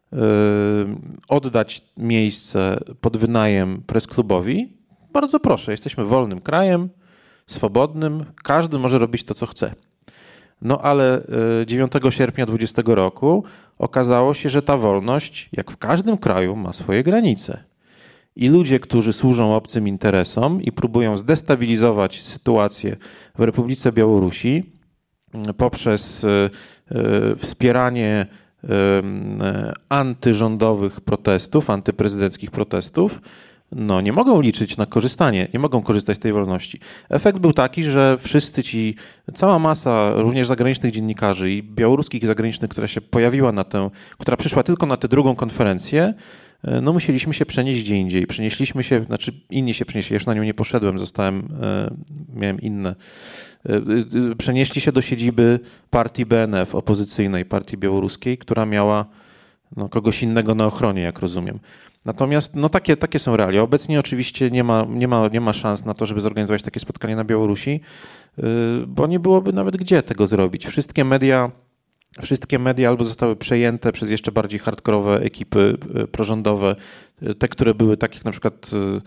oddać miejsce pod wynajem press-klubowi, bardzo proszę, jesteśmy wolnym krajem, swobodnym, każdy może robić to, co chce. No ale 9 sierpnia 2020 roku okazało się, że ta wolność, jak w każdym kraju, ma swoje granice. I ludzie, którzy służą obcym interesom i próbują zdestabilizować sytuację w Republice Białorusi poprzez wspieranie antyrządowych protestów, antyprezydenckich protestów, no nie mogą liczyć na korzystanie, nie mogą korzystać z tej wolności. Efekt był taki, że wszyscy cała masa również zagranicznych dziennikarzy i białoruskich i zagranicznych, która się pojawiła która przyszła tylko na tę drugą konferencję, no musieliśmy się przenieść gdzie indziej. Przenieśliśmy się, znaczy inni się przenieśli, ja już na nią nie poszedłem, miałem inne. Przenieśli się do siedziby partii BNF, opozycyjnej partii białoruskiej, która miała kogoś innego na ochronie, jak rozumiem. Natomiast takie są realia. Obecnie oczywiście nie ma szans na to, żeby zorganizować takie spotkanie na Białorusi, bo nie byłoby nawet gdzie tego zrobić. Wszystkie media albo zostały przejęte przez jeszcze bardziej hardkorowe ekipy prorządowe, te, które były tak jak na przykład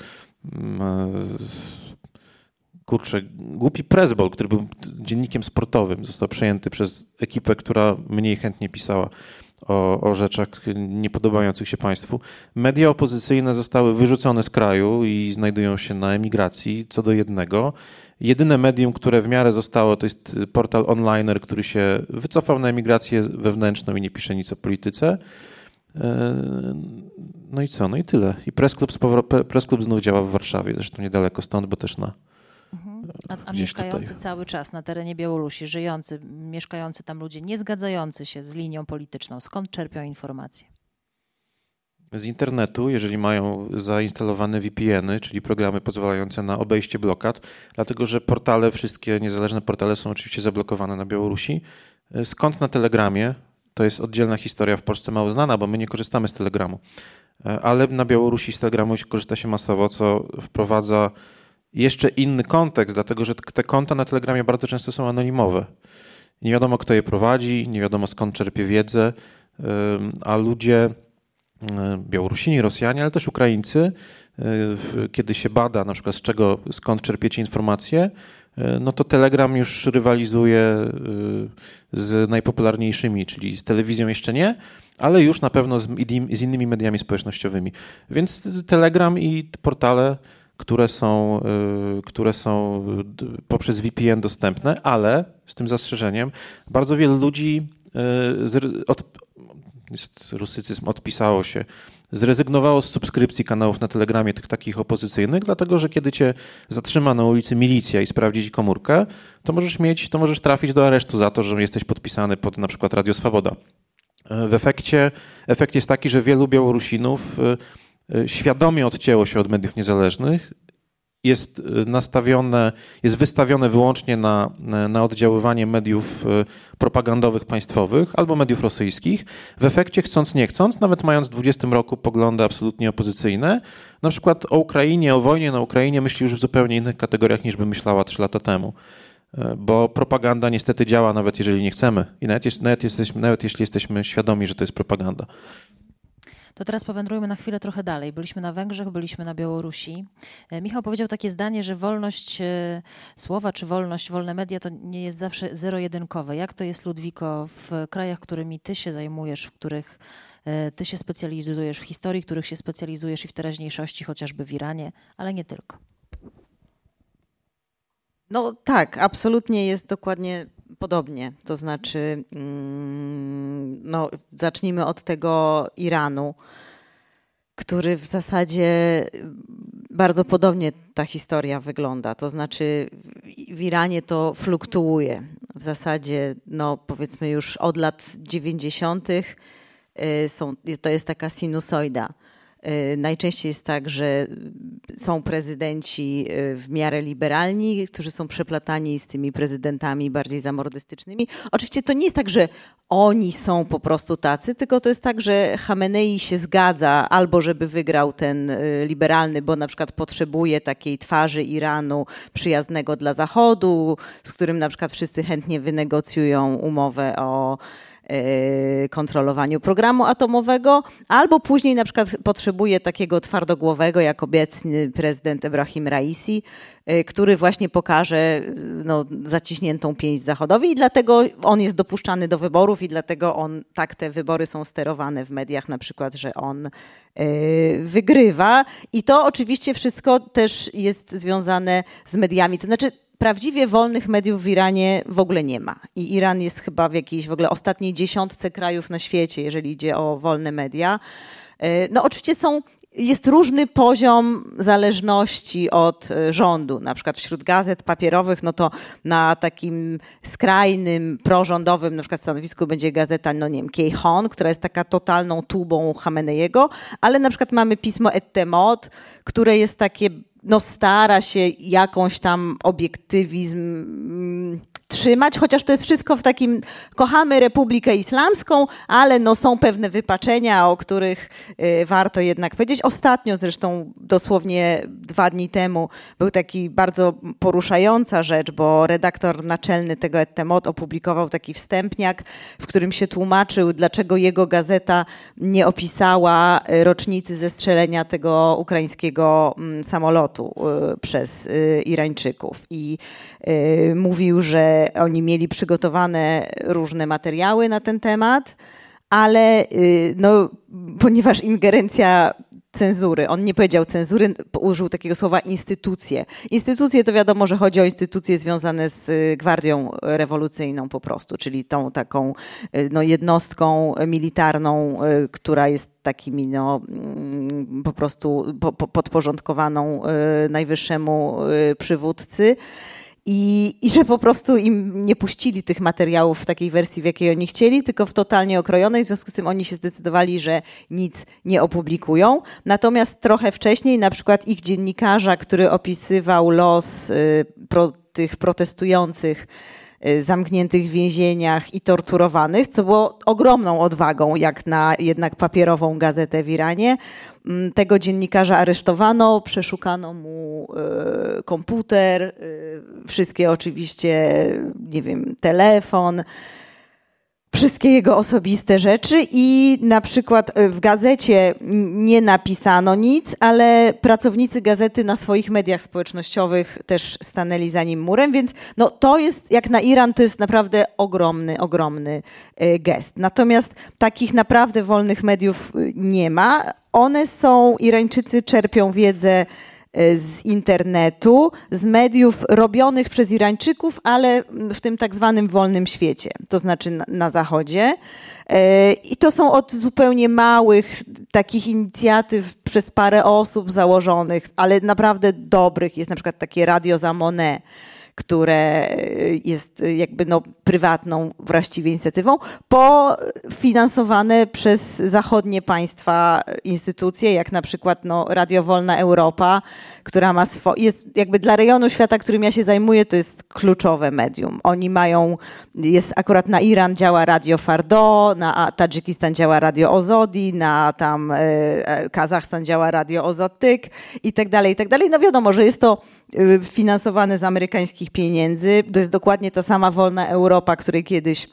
głupi Pressball, który był dziennikiem sportowym, został przejęty przez ekipę, która mniej chętnie pisała o rzeczach niepodobających się państwu. Media opozycyjne zostały wyrzucone z kraju i znajdują się na emigracji co do jednego. Jedyne medium, które w miarę zostało, to jest portal Onliner, który się wycofał na emigrację wewnętrzną i nie pisze nic o polityce. No i co? No i tyle. I Press Club znów działa w Warszawie, zresztą niedaleko stąd, bo też A mieszkający cały czas na terenie Białorusi, mieszkający tam ludzie nie zgadzający się z linią polityczną, skąd czerpią informacje? Z internetu, jeżeli mają zainstalowane VPN-y, czyli programy pozwalające na obejście blokad, dlatego że wszystkie niezależne portale są oczywiście zablokowane na Białorusi. Skąd na Telegramie? To jest oddzielna historia, w Polsce mało znana, bo my nie korzystamy z Telegramu. Ale na Białorusi z Telegramu korzysta się masowo, co wprowadza jeszcze inny kontekst, dlatego że te konta na Telegramie bardzo często są anonimowe. Nie wiadomo, kto je prowadzi, nie wiadomo, skąd czerpie wiedzę, a ludzie, Białorusini, Rosjanie, ale też Ukraińcy, kiedy się bada na przykład skąd czerpiecie informacje, no to Telegram już rywalizuje z najpopularniejszymi, czyli z telewizją jeszcze nie, ale już na pewno z innymi mediami społecznościowymi. Więc Telegram i portale, które są poprzez VPN dostępne, ale z tym zastrzeżeniem bardzo wielu ludzi rusycyzm odpisało się, zrezygnowało z subskrypcji kanałów na Telegramie, tych takich opozycyjnych, dlatego że kiedy cię zatrzyma na ulicy milicja i sprawdzi ci komórkę, to możesz trafić do aresztu za to, że jesteś podpisany pod na przykład Radio Swoboda. Efekt jest taki, że wielu Białorusinów świadomie odcięło się od mediów niezależnych, jest wystawione wyłącznie na oddziaływanie mediów propagandowych państwowych albo mediów rosyjskich. W efekcie, chcąc nie chcąc, nawet mając w 20 roku poglądy absolutnie opozycyjne, na przykład o Ukrainie, o wojnie na Ukrainie myśli już w zupełnie innych kategoriach, niż by myślała 3 lata temu. Bo propaganda niestety działa, nawet jeżeli nie chcemy. I nawet jeśli jesteśmy świadomi, że to jest propaganda. To teraz powędrujmy na chwilę trochę dalej. Byliśmy na Węgrzech, byliśmy na Białorusi. Michał powiedział takie zdanie, że wolność słowa czy wolne media to nie jest zawsze zero-jedynkowe. Jak to jest, Ludwiko, w krajach, którymi ty się zajmujesz, w których ty się specjalizujesz, w historii, których się specjalizujesz i w teraźniejszości, chociażby w Iranie, ale nie tylko? No tak, absolutnie jest dokładnie podobnie. To znaczy, no, zacznijmy od tego Iranu, który w zasadzie bardzo podobnie ta historia wygląda. To znaczy w Iranie to fluktuuje. W zasadzie, no powiedzmy już od lat 90. To jest taka sinusoida. Najczęściej jest tak, że są prezydenci w miarę liberalni, którzy są przeplatani z tymi prezydentami bardziej zamordystycznymi. Oczywiście to nie jest tak, że oni są po prostu tacy, tylko to jest tak, że Chamenei się zgadza albo żeby wygrał ten liberalny, bo na przykład potrzebuje takiej twarzy Iranu przyjaznego dla Zachodu, z którym na przykład wszyscy chętnie wynegocjują umowę o kontrolowaniu programu atomowego, albo później na przykład potrzebuje takiego twardogłowego, jak obecny prezydent Ebrahim Raisi, który właśnie pokaże zaciśniętą pięść Zachodowi i dlatego on jest dopuszczany do wyborów i dlatego te wybory są sterowane w mediach, na przykład, że on wygrywa. I to oczywiście wszystko też jest związane z mediami. To znaczy prawdziwie wolnych mediów w Iranie w ogóle nie ma. I Iran jest chyba w jakiejś w ogóle ostatniej 10 krajów na świecie, jeżeli idzie o wolne media. No oczywiście jest różny poziom zależności od rządu. Na przykład wśród gazet papierowych, no to na takim skrajnym, prorządowym na przykład stanowisku będzie gazeta, Kayhan, która jest taka totalną tubą Chameneiego, ale na przykład mamy pismo Et-Temot, które jest takie, stara się jakąś tam obiektywizm trzymać, chociaż to jest wszystko w takim, kochamy Republikę Islamską, ale są pewne wypaczenia, o których warto jednak powiedzieć. Ostatnio zresztą, dosłownie 2 dni temu, był taki bardzo poruszająca rzecz, bo redaktor naczelny tego Et-Temot opublikował taki wstępniak, w którym się tłumaczył, dlaczego jego gazeta nie opisała rocznicy zestrzelenia tego ukraińskiego samolotu przez Irańczyków. I mówił, że oni mieli przygotowane różne materiały na ten temat, ale ponieważ ingerencja cenzury, on nie powiedział cenzury, użył takiego słowa instytucje. Instytucje to wiadomo, że chodzi o instytucje związane z Gwardią Rewolucyjną po prostu, czyli tą taką jednostką militarną, która jest takimi po prostu podporządkowaną najwyższemu przywódcy. I że po prostu im nie puścili tych materiałów w takiej wersji, w jakiej oni chcieli, tylko w totalnie okrojonej. W związku z tym oni się zdecydowali, że nic nie opublikują. Natomiast trochę wcześniej na przykład ich dziennikarza, który opisywał los tych protestujących zamkniętych w więzieniach i torturowanych, co było ogromną odwagą, jak na jednak papierową gazetę w Iranie. Tego dziennikarza aresztowano, przeszukano mu komputer, wszystkie oczywiście, telefon, wszystkie jego osobiste rzeczy i na przykład w gazecie nie napisano nic, ale pracownicy gazety na swoich mediach społecznościowych też stanęli za nim murem, więc to jest, jak na Iran, to jest naprawdę ogromny gest. Natomiast takich naprawdę wolnych mediów nie ma. Irańczycy czerpią wiedzę z internetu, z mediów robionych przez Irańczyków, ale w tym tak zwanym wolnym świecie, to znaczy na Zachodzie. I to są od zupełnie małych takich inicjatyw przez parę osób założonych, ale naprawdę dobrych. Jest na przykład takie Radio za Monnet, które jest jakby prywatną właściwie inicjatywą, finansowane przez zachodnie państwa instytucje, jak na przykład Radio Wolna Europa, która ma jest jakby dla rejonu świata, którym ja się zajmuję, to jest kluczowe medium. Oni akurat na Iran działa Radio Fardo, na Tadżykistan działa Radio Ozodi, na Kazachstan działa Radio Ozotyk i tak dalej, i tak dalej. Wiadomo, że jest to finansowane z amerykańskich pieniędzy. To jest dokładnie ta sama Wolna Europa, której kiedyś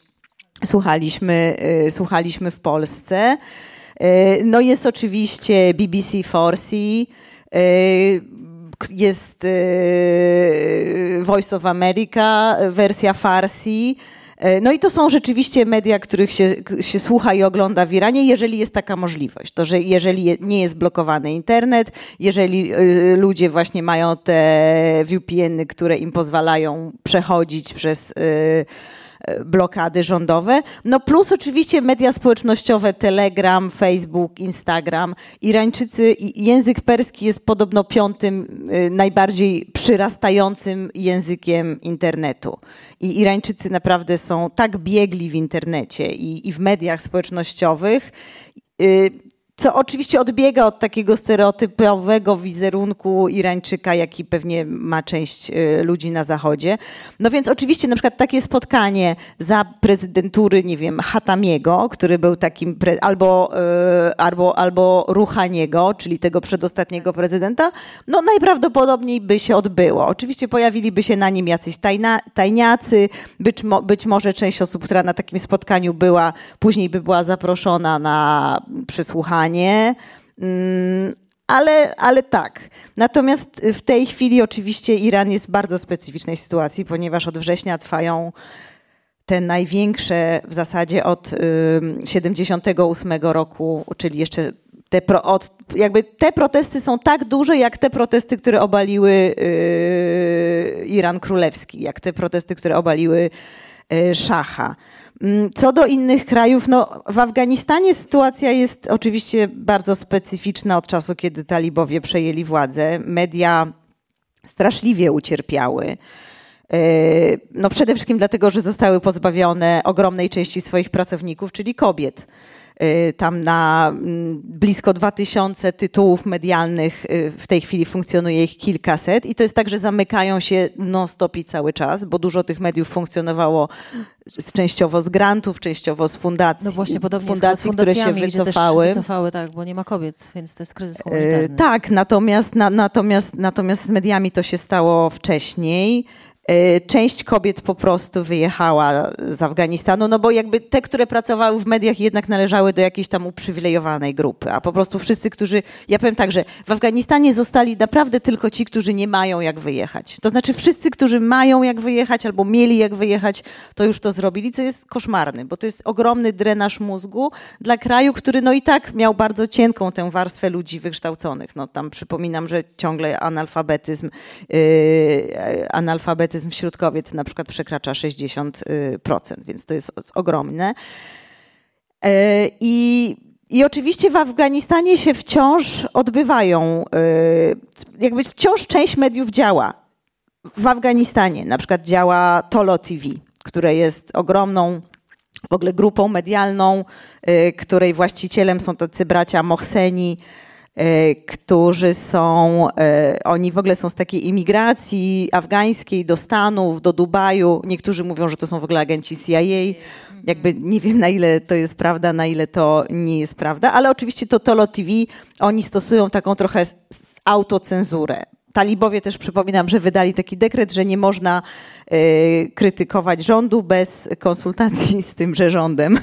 słuchaliśmy w Polsce. Jest oczywiście BBC Farsi, jest Voice of America, wersja Farsi. I to są rzeczywiście media, których się słucha i ogląda w Iranie, jeżeli jest taka możliwość. To, że jeżeli nie jest blokowany internet, jeżeli ludzie właśnie mają te VPN-y, które im pozwalają przechodzić przez blokady rządowe. Plus oczywiście media społecznościowe, Telegram, Facebook, Instagram. Irańczycy, język perski jest podobno 5. najbardziej przyrastającym językiem internetu. I Irańczycy naprawdę są tak biegli w internecie i w mediach społecznościowych. Co oczywiście odbiega od takiego stereotypowego wizerunku Irańczyka, jaki pewnie ma część ludzi na Zachodzie. No więc oczywiście na przykład takie spotkanie za prezydentury, nie wiem, Hatamiego, który był takim, albo Ruhaniego, czyli tego przedostatniego prezydenta, no najprawdopodobniej by się odbyło. Oczywiście pojawiliby się na nim jacyś tajniacy, być może część osób, która na takim spotkaniu była, później by była zaproszona na przysłuchanie. Ale tak. Natomiast w tej chwili oczywiście Iran jest w bardzo specyficznej sytuacji, ponieważ od września trwają te największe w zasadzie od 78 roku, czyli jeszcze te protesty są tak duże, jak te protesty, które obaliły Iran królewski, jak te protesty, które obaliły szacha. Co do innych krajów, no w Afganistanie sytuacja jest oczywiście bardzo specyficzna od czasu, kiedy talibowie przejęli władzę. Media straszliwie ucierpiały. No przede wszystkim dlatego, że zostały pozbawione ogromnej części swoich pracowników, czyli kobiet. Tam na blisko 2000 tytułów medialnych w tej chwili funkcjonuje ich kilkaset i to jest tak, że zamykają się non-stop i cały czas, bo dużo tych mediów funkcjonowało częściowo z grantów, częściowo z fundacji. No właśnie, podobnie fundacji, z które się wycofały. Tak, bo nie ma kobiet, więc to jest kryzys humanitarny. Tak, natomiast z mediami to się stało wcześniej. Część kobiet po prostu wyjechała z Afganistanu, no bo jakby te, które pracowały w mediach jednak należały do jakiejś tam uprzywilejowanej grupy, a po prostu wszyscy, ja powiem tak, że w Afganistanie zostali naprawdę tylko ci, którzy nie mają jak wyjechać. To znaczy wszyscy, którzy mają jak wyjechać albo mieli jak wyjechać, to już to zrobili, co jest koszmarne, bo to jest ogromny drenaż mózgu dla kraju, który no i tak miał bardzo cienką tę warstwę ludzi wykształconych. No tam przypominam, że ciągle analfabetyzm wśród kobiet na przykład przekracza 60%, więc to jest ogromne. I oczywiście w Afganistanie się wciąż odbywają, jakby wciąż część mediów działa. W Afganistanie na przykład działa Tolo TV, które jest ogromną w ogóle grupą medialną, której właścicielem są tacy bracia Mohseni, którzy oni w ogóle są z takiej imigracji afgańskiej do Stanów, do Dubaju. Niektórzy mówią, że to są w ogóle agenci CIA. Jakby nie wiem, na ile to jest prawda, na ile to nie jest prawda, ale oczywiście to Tolo TV, oni stosują taką trochę autocenzurę. Talibowie też, przypominam, że wydali taki dekret, że nie można krytykować rządu bez konsultacji z tymże rządem.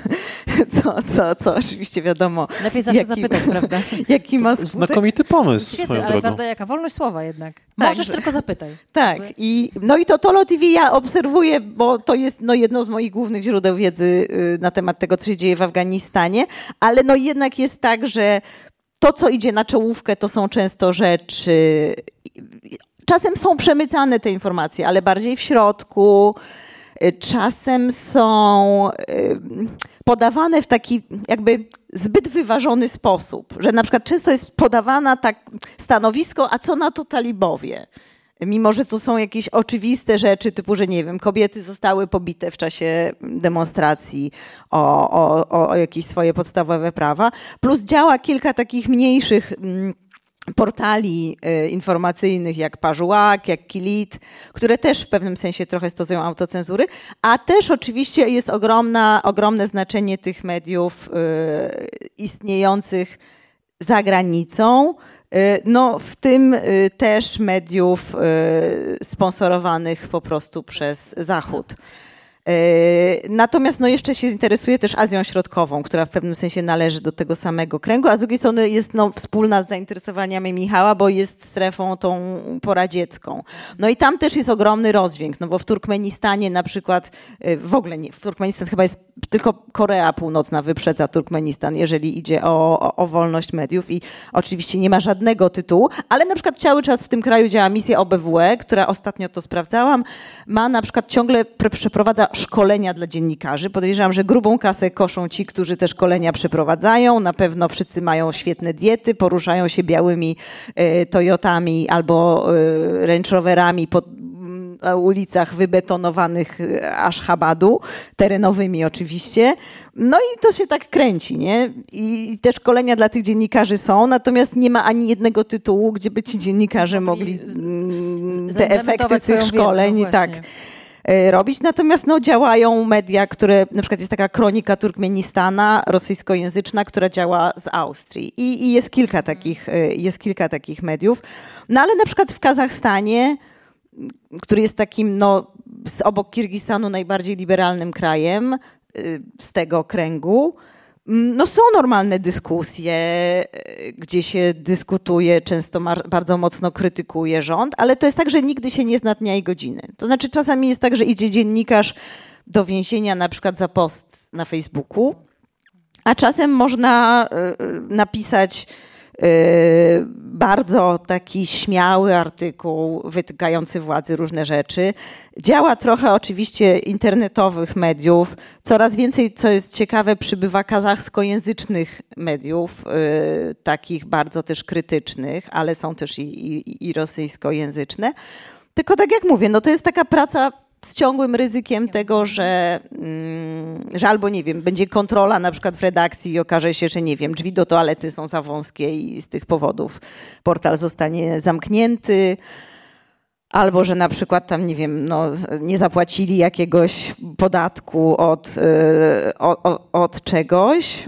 Co oczywiście wiadomo. Lepiej zawsze zapytać, prawda? Jaki ma skutek. Znakomity pomysł. Świetny, swoją ale drogą. prawda jaka? Wolność słowa jednak. Tak, Możesz tylko zapytaj. Tak. No i to Tolo TV ja obserwuję, bo to jest jedno z moich głównych źródeł wiedzy na temat tego, co się dzieje w Afganistanie, ale no jednak jest tak, że to, co idzie na czołówkę, to są często rzeczy. Czasem są przemycane te informacje, ale bardziej w środku. Czasem są podawane w taki jakby zbyt wyważony sposób, że na przykład często jest podawana tak stanowisko, a co na to talibowie? Mimo że to są jakieś oczywiste rzeczy, typu, że nie wiem, kobiety zostały pobite w czasie demonstracji o jakieś swoje podstawowe prawa. Plus działa kilka takich mniejszych portali informacyjnych jak Pażułak, jak Kilit, które też w pewnym sensie trochę stosują autocenzury, a też oczywiście jest ogromne znaczenie tych mediów istniejących za granicą, no w tym też mediów sponsorowanych po prostu przez Zachód. Natomiast no jeszcze się interesuje też Azją Środkową, która w pewnym sensie należy do tego samego kręgu, a z drugiej strony jest wspólna z zainteresowaniami Michała, bo jest strefą tą poradziecką. No i tam też jest ogromny rozdźwięk, no bo w Turkmenistanie na przykład, w ogóle nie, w Turkmenistan chyba jest tylko Korea Północna wyprzedza Turkmenistan, jeżeli idzie o wolność mediów i oczywiście nie ma żadnego tytułu, ale na przykład cały czas w tym kraju działa misja OBWE, która ostatnio to sprawdzałam, ma na przykład ciągle przeprowadza szkolenia dla dziennikarzy. Podejrzewam, że grubą kasę koszą ci, którzy te szkolenia przeprowadzają. Na pewno wszyscy mają świetne diety, poruszają się białymi Toyotami albo Range Roverami na ulicach wybetonowanych Aszchabadu, terenowymi oczywiście. No i to się tak kręci, nie? I te szkolenia dla tych dziennikarzy są, natomiast nie ma ani jednego tytułu, gdzie by ci dziennikarze mogli te efekty tych szkoleń wiedzę, no tak robić. Natomiast działają media, które, na przykład jest taka Kronika Turkmenistana, rosyjskojęzyczna, która działa z Austrii. I jest kilka takich mediów. No ale na przykład w Kazachstanie, który jest takim obok Kirgistanu najbardziej liberalnym krajem z tego kręgu, są normalne dyskusje, gdzie się dyskutuje, często bardzo mocno krytykuje rząd, ale to jest tak, że nigdy się nie zna dnia i godziny. To znaczy czasami jest tak, że idzie dziennikarz do więzienia na przykład za post na Facebooku, a czasem można napisać bardzo taki śmiały artykuł wytykający władzy różne rzeczy. Działa trochę oczywiście internetowych mediów. Coraz więcej, co jest ciekawe, przybywa kazachskojęzycznych mediów, takich bardzo też krytycznych, ale są też i rosyjskojęzyczne. Tylko tak jak mówię, to jest taka praca z ciągłym ryzykiem tego, że albo, nie wiem, będzie kontrola na przykład w redakcji i okaże się, że, nie wiem, drzwi do toalety są za wąskie i z tych powodów portal zostanie zamknięty, albo, że na przykład tam, nie wiem, nie zapłacili jakiegoś podatku od czegoś.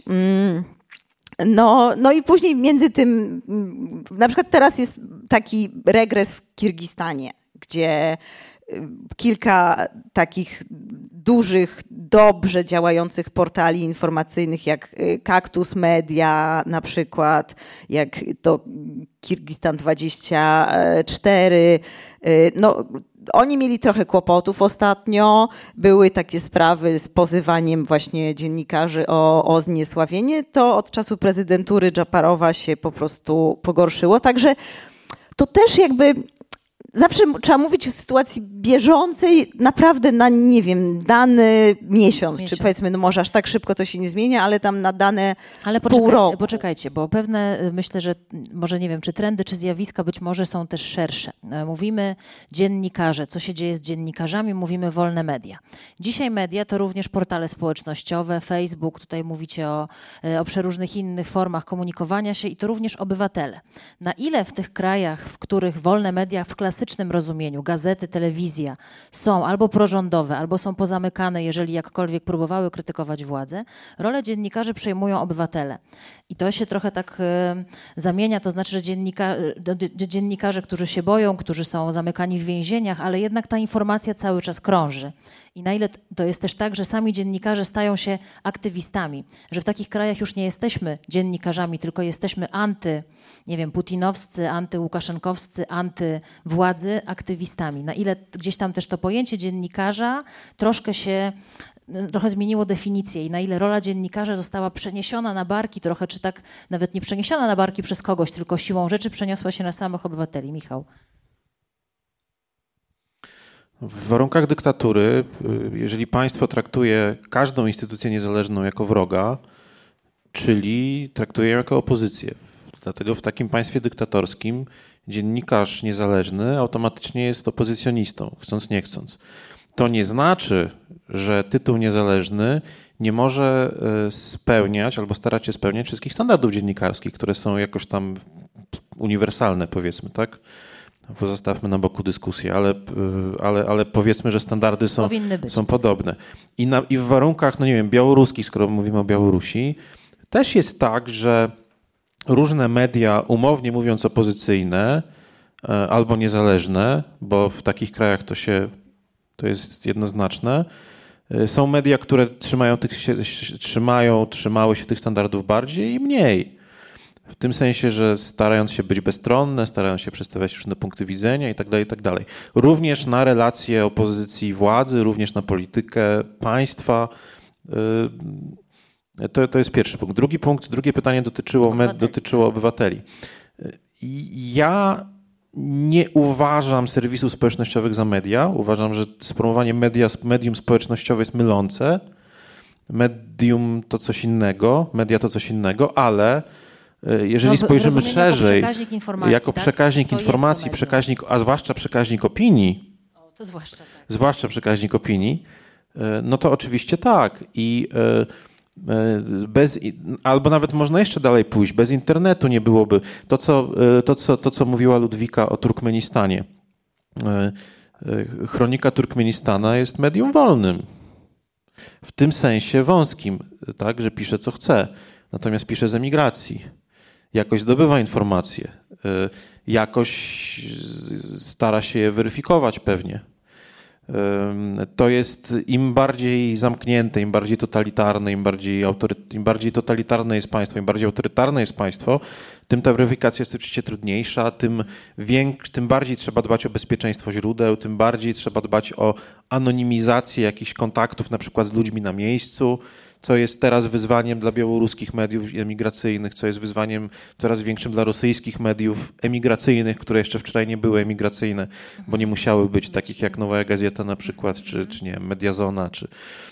I później między tym, na przykład teraz jest taki regres w Kirgistanie, gdzie kilka takich dużych, dobrze działających portali informacyjnych, jak Kaktus Media na przykład, jak to Kirgistan 24. Oni mieli trochę kłopotów ostatnio. Były takie sprawy z pozywaniem właśnie dziennikarzy o zniesławienie. To od czasu prezydentury Dżaparowa się po prostu pogorszyło. Także to też jakby zawsze trzeba mówić o sytuacji bieżącej, naprawdę na, nie wiem, dany miesiąc. Czy powiedzmy, może aż tak szybko to się nie zmienia, ale tam na dane pół roku. Poczekajcie, bo pewne, myślę, że może nie wiem, czy trendy, czy zjawiska być może są też szersze. Mówimy dziennikarze, co się dzieje z dziennikarzami, mówimy wolne media. Dzisiaj media to również portale społecznościowe, Facebook, tutaj mówicie o przeróżnych innych formach komunikowania się i to również obywatele. Na ile w tych krajach, w których wolne media w klasycznym rozumieniu, gazety, telewizja są albo prorządowe, albo są pozamykane, jeżeli jakkolwiek próbowały krytykować władzę, rolę dziennikarzy przejmują obywatele. I to się trochę tak zamienia, to znaczy, że dziennikarze, którzy się boją, którzy są zamykani w więzieniach, ale jednak ta informacja cały czas krąży. I na ile to jest też tak, że sami dziennikarze stają się aktywistami, że w takich krajach już nie jesteśmy dziennikarzami, tylko jesteśmy putinowscy, antyłukaszenkowscy, antywładzy aktywistami. Na ile gdzieś tam też to pojęcie dziennikarza trochę zmieniło definicję i na ile rola dziennikarza została przeniesiona na barki trochę, czy tak nawet nie przeniesiona na barki przez kogoś, tylko siłą rzeczy przeniosła się na samych obywateli. Michał. W warunkach dyktatury, jeżeli państwo traktuje każdą instytucję niezależną jako wroga, czyli traktuje ją jako opozycję. Dlatego w takim państwie dyktatorskim dziennikarz niezależny automatycznie jest opozycjonistą, chcąc nie chcąc. To nie znaczy, że tytuł niezależny nie może spełniać albo starać się spełniać wszystkich standardów dziennikarskich, które są jakoś tam uniwersalne, powiedzmy, tak? Pozostawmy na boku dyskusję, ale powiedzmy, że standardy są podobne. I w warunkach, białoruskich, skoro mówimy o Białorusi, też jest tak, że różne media, umownie mówiąc opozycyjne albo niezależne, bo w takich krajach to jest jednoznaczne, są media, które trzymały się tych standardów bardziej i mniej. W tym sensie, że starając się być bezstronne, starają się przedstawiać różne punkty widzenia i tak dalej. Również na relacje opozycji i władzy, również na politykę państwa. To jest pierwszy punkt. Drugie pytanie dotyczyło obywateli. Ja nie uważam serwisów społecznościowych za media. Uważam, że spromowanie medium społecznościowe jest mylące. Media to coś innego, ale jeżeli spojrzymy szerzej, jako przekaźnik informacji, a zwłaszcza przekaźnik opinii, To zwłaszcza tak. zwłaszcza przekaźnik opinii, no to oczywiście tak. Albo nawet można jeszcze dalej pójść. Bez internetu nie byłoby. To, co mówiła Ludwika o Turkmenistanie. Chronika Turkmenistana jest medium wolnym. W tym sensie wąskim, tak, że pisze co chce. Natomiast pisze z emigracji. Jakoś zdobywa informacje. Jakoś stara się je weryfikować pewnie. To jest im bardziej zamknięte, im bardziej totalitarne, im bardziej totalitarne jest państwo, im bardziej autorytarne jest państwo, tym ta weryfikacja jest oczywiście trudniejsza, tym bardziej trzeba dbać o bezpieczeństwo źródeł, tym bardziej trzeba dbać o anonimizację jakichś kontaktów na przykład z ludźmi na miejscu, co jest teraz wyzwaniem dla białoruskich mediów emigracyjnych, co jest wyzwaniem coraz większym dla rosyjskich mediów emigracyjnych, które jeszcze wczoraj nie były emigracyjne, bo nie musiały być, takich jak Nowa Gazeta na przykład, czy nie wiem, Mediazona, czy...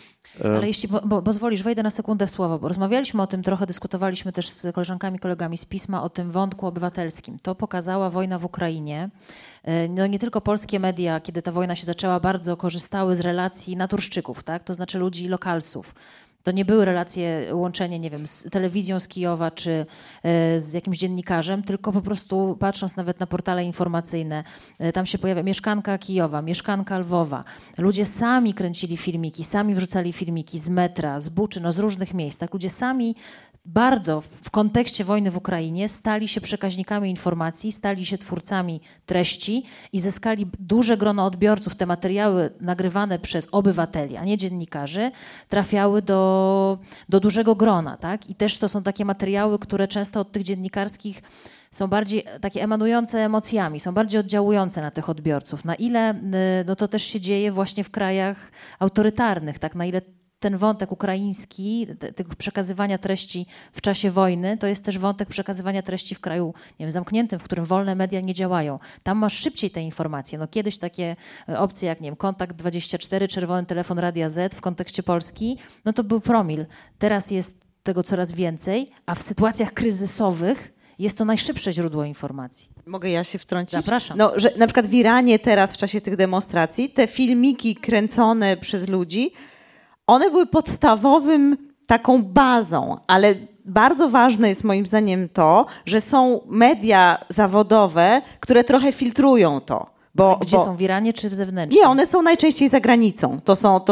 Ale jeśli pozwolisz, wejdę na sekundę w słowo, bo rozmawialiśmy o tym trochę, dyskutowaliśmy też z koleżankami, kolegami z Pisma o tym wątku obywatelskim. To pokazała wojna w Ukrainie. No nie tylko polskie media, kiedy ta wojna się zaczęła, bardzo korzystały z relacji naturszczyków, tak? To znaczy ludzi lokalsów. To nie były relacje, łączenie, nie wiem, z telewizją z Kijowa czy z jakimś dziennikarzem, tylko po prostu patrząc nawet na portale informacyjne, tam się pojawia mieszkanka Kijowa, mieszkanka Lwowa. Ludzie sami kręcili filmiki, sami wrzucali filmiki z metra, z Buczy, no z różnych miejsc. Tak? Ludzie sami bardzo w kontekście wojny w Ukrainie stali się przekaźnikami informacji, stali się twórcami treści i zyskali duże grono odbiorców. Te materiały nagrywane przez obywateli, a nie dziennikarzy, trafiały do dużego grona. Tak? I też to są takie materiały, które często od tych dziennikarskich są bardziej takie emanujące emocjami, są bardziej oddziałujące na tych odbiorców. Na ile no to też się dzieje właśnie w krajach autorytarnych, tak? Na ile ten wątek ukraiński, tego przekazywania treści w czasie wojny, to jest też wątek przekazywania treści w kraju, nie wiem, zamkniętym, w którym wolne media nie działają. Tam masz szybciej te informacje. No kiedyś takie opcje jak, nie wiem, Kontakt 24, czerwony telefon Radia Z w kontekście Polski, no to był promil. Teraz jest tego coraz więcej, a w sytuacjach kryzysowych jest to najszybsze źródło informacji. Mogę ja się wtrącić? Zapraszam. No, że na przykład w Iranie teraz w czasie tych demonstracji te filmiki kręcone przez ludzi, one były podstawowym taką bazą, ale bardzo ważne jest moim zdaniem to, że są media zawodowe, które trochę filtrują to. Gdzie są, w Iranie czy w zewnętrznym? Nie, one są najczęściej za granicą.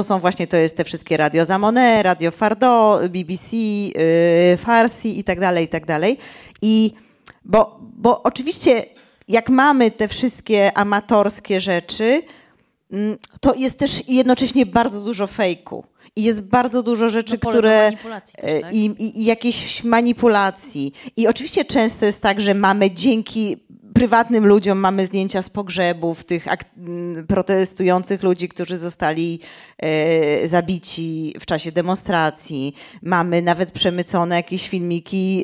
To jest te wszystkie Radio Zamone, Radio Fardo, BBC, Farsi i tak dalej. Bo oczywiście jak mamy te wszystkie amatorskie rzeczy, to jest też jednocześnie bardzo dużo fejku. I jest bardzo dużo rzeczy, które... manipulacji też, tak? I jakiejś manipulacji. I oczywiście często jest tak, że mamy dzięki prywatnym ludziom, mamy zdjęcia z pogrzebów tych protestujących ludzi, którzy zostali zabici w czasie demonstracji. Mamy nawet przemycone jakieś filmiki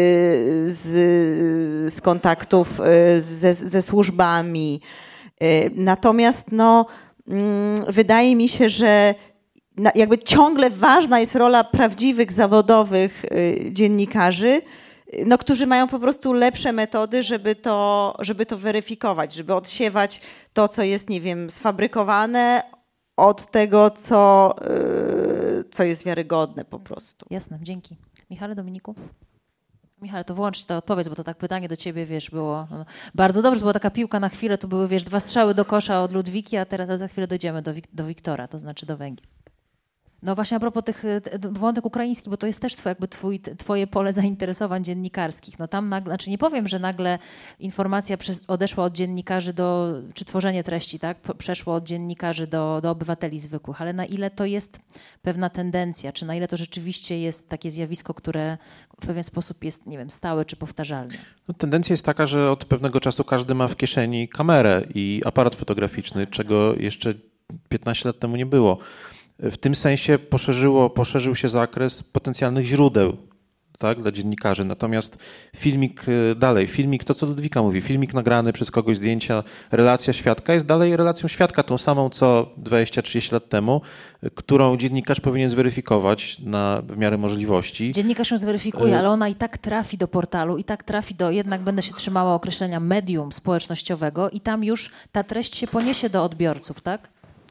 z kontaktów ze służbami. Natomiast wydaje mi się, że jakby ciągle ważna jest rola prawdziwych, zawodowych dziennikarzy, którzy mają po prostu lepsze metody, żeby to weryfikować, żeby odsiewać to, co jest, nie wiem, sfabrykowane od tego, co jest wiarygodne po prostu. Jasne, dzięki. Michale, Dominiku? Michale, to włącz tę odpowiedź, bo to tak pytanie do ciebie, wiesz, było bardzo dobrze, to była taka piłka na chwilę, to były, wiesz, 2 strzały do kosza od Ludwiki, a teraz za chwilę dojdziemy do Wiktora, to znaczy do Węgier. No właśnie a propos wątek ukraiński, bo to jest też twoje pole zainteresowań dziennikarskich. No tam nagle, znaczy nie powiem, że nagle informacja odeszła od dziennikarzy czy tworzenie treści, tak, przeszło od dziennikarzy do obywateli zwykłych, ale na ile to jest pewna tendencja, czy na ile to rzeczywiście jest takie zjawisko, które w pewien sposób jest, nie wiem, stałe czy powtarzalne? No, tendencja jest taka, że od pewnego czasu każdy ma w kieszeni kamerę i aparat fotograficzny, czego jeszcze 15 lat temu nie było. W tym sensie poszerzył się zakres potencjalnych źródeł tak, dla dziennikarzy. Natomiast filmik, to co Ludwika mówi, filmik nagrany przez kogoś, zdjęcia, relacja świadka jest dalej relacją świadka, tą samą co 20-30 lat temu, którą dziennikarz powinien zweryfikować w miarę możliwości. Dziennikarz ją zweryfikuje, ale ona i tak trafi do portalu, i tak trafi jednak będę się trzymała określenia medium społecznościowego i tam już ta treść się poniesie do odbiorców, tak?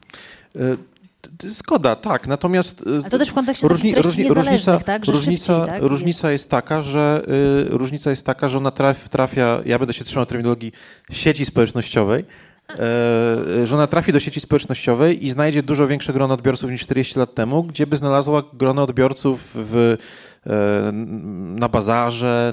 Zgoda, tak. Natomiast ale to też w kontekście treści niezależnych, tak? Że różnica jest taka, że ona trafia, ja będę się trzymał terminologii sieci społecznościowej, że ona trafi do sieci społecznościowej i znajdzie dużo większe grono odbiorców niż 40 lat temu, gdzie by znalazła grono odbiorców na bazarze,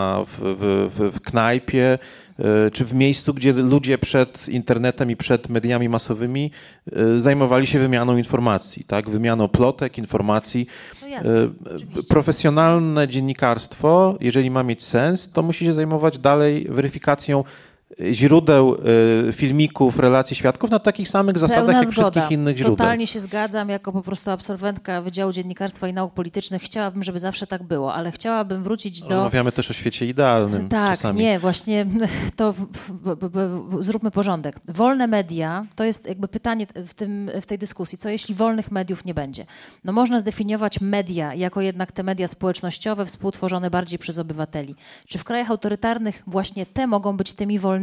w knajpie, czy w miejscu, gdzie ludzie przed internetem i przed mediami masowymi zajmowali się wymianą informacji, tak? Wymianą plotek, informacji. No jasne, profesjonalne dziennikarstwo, jeżeli ma mieć sens, to musi się zajmować dalej weryfikacją źródeł filmików, relacji świadków na takich samych zasadach jak wszystkich innych źródeł. Totalnie się zgadzam, jako po prostu absolwentka Wydziału Dziennikarstwa i Nauk Politycznych. Chciałabym, żeby zawsze tak było, ale chciałabym wrócić do... Rozmawiamy też o świecie idealnym tak, czasami. Nie, właśnie to zróbmy porządek. Wolne media, to jest jakby pytanie w tej dyskusji, co jeśli wolnych mediów nie będzie? No można zdefiniować media jako jednak te media społecznościowe, współtworzone bardziej przez obywateli. Czy w krajach autorytarnych właśnie te mogą być tymi wolnymi?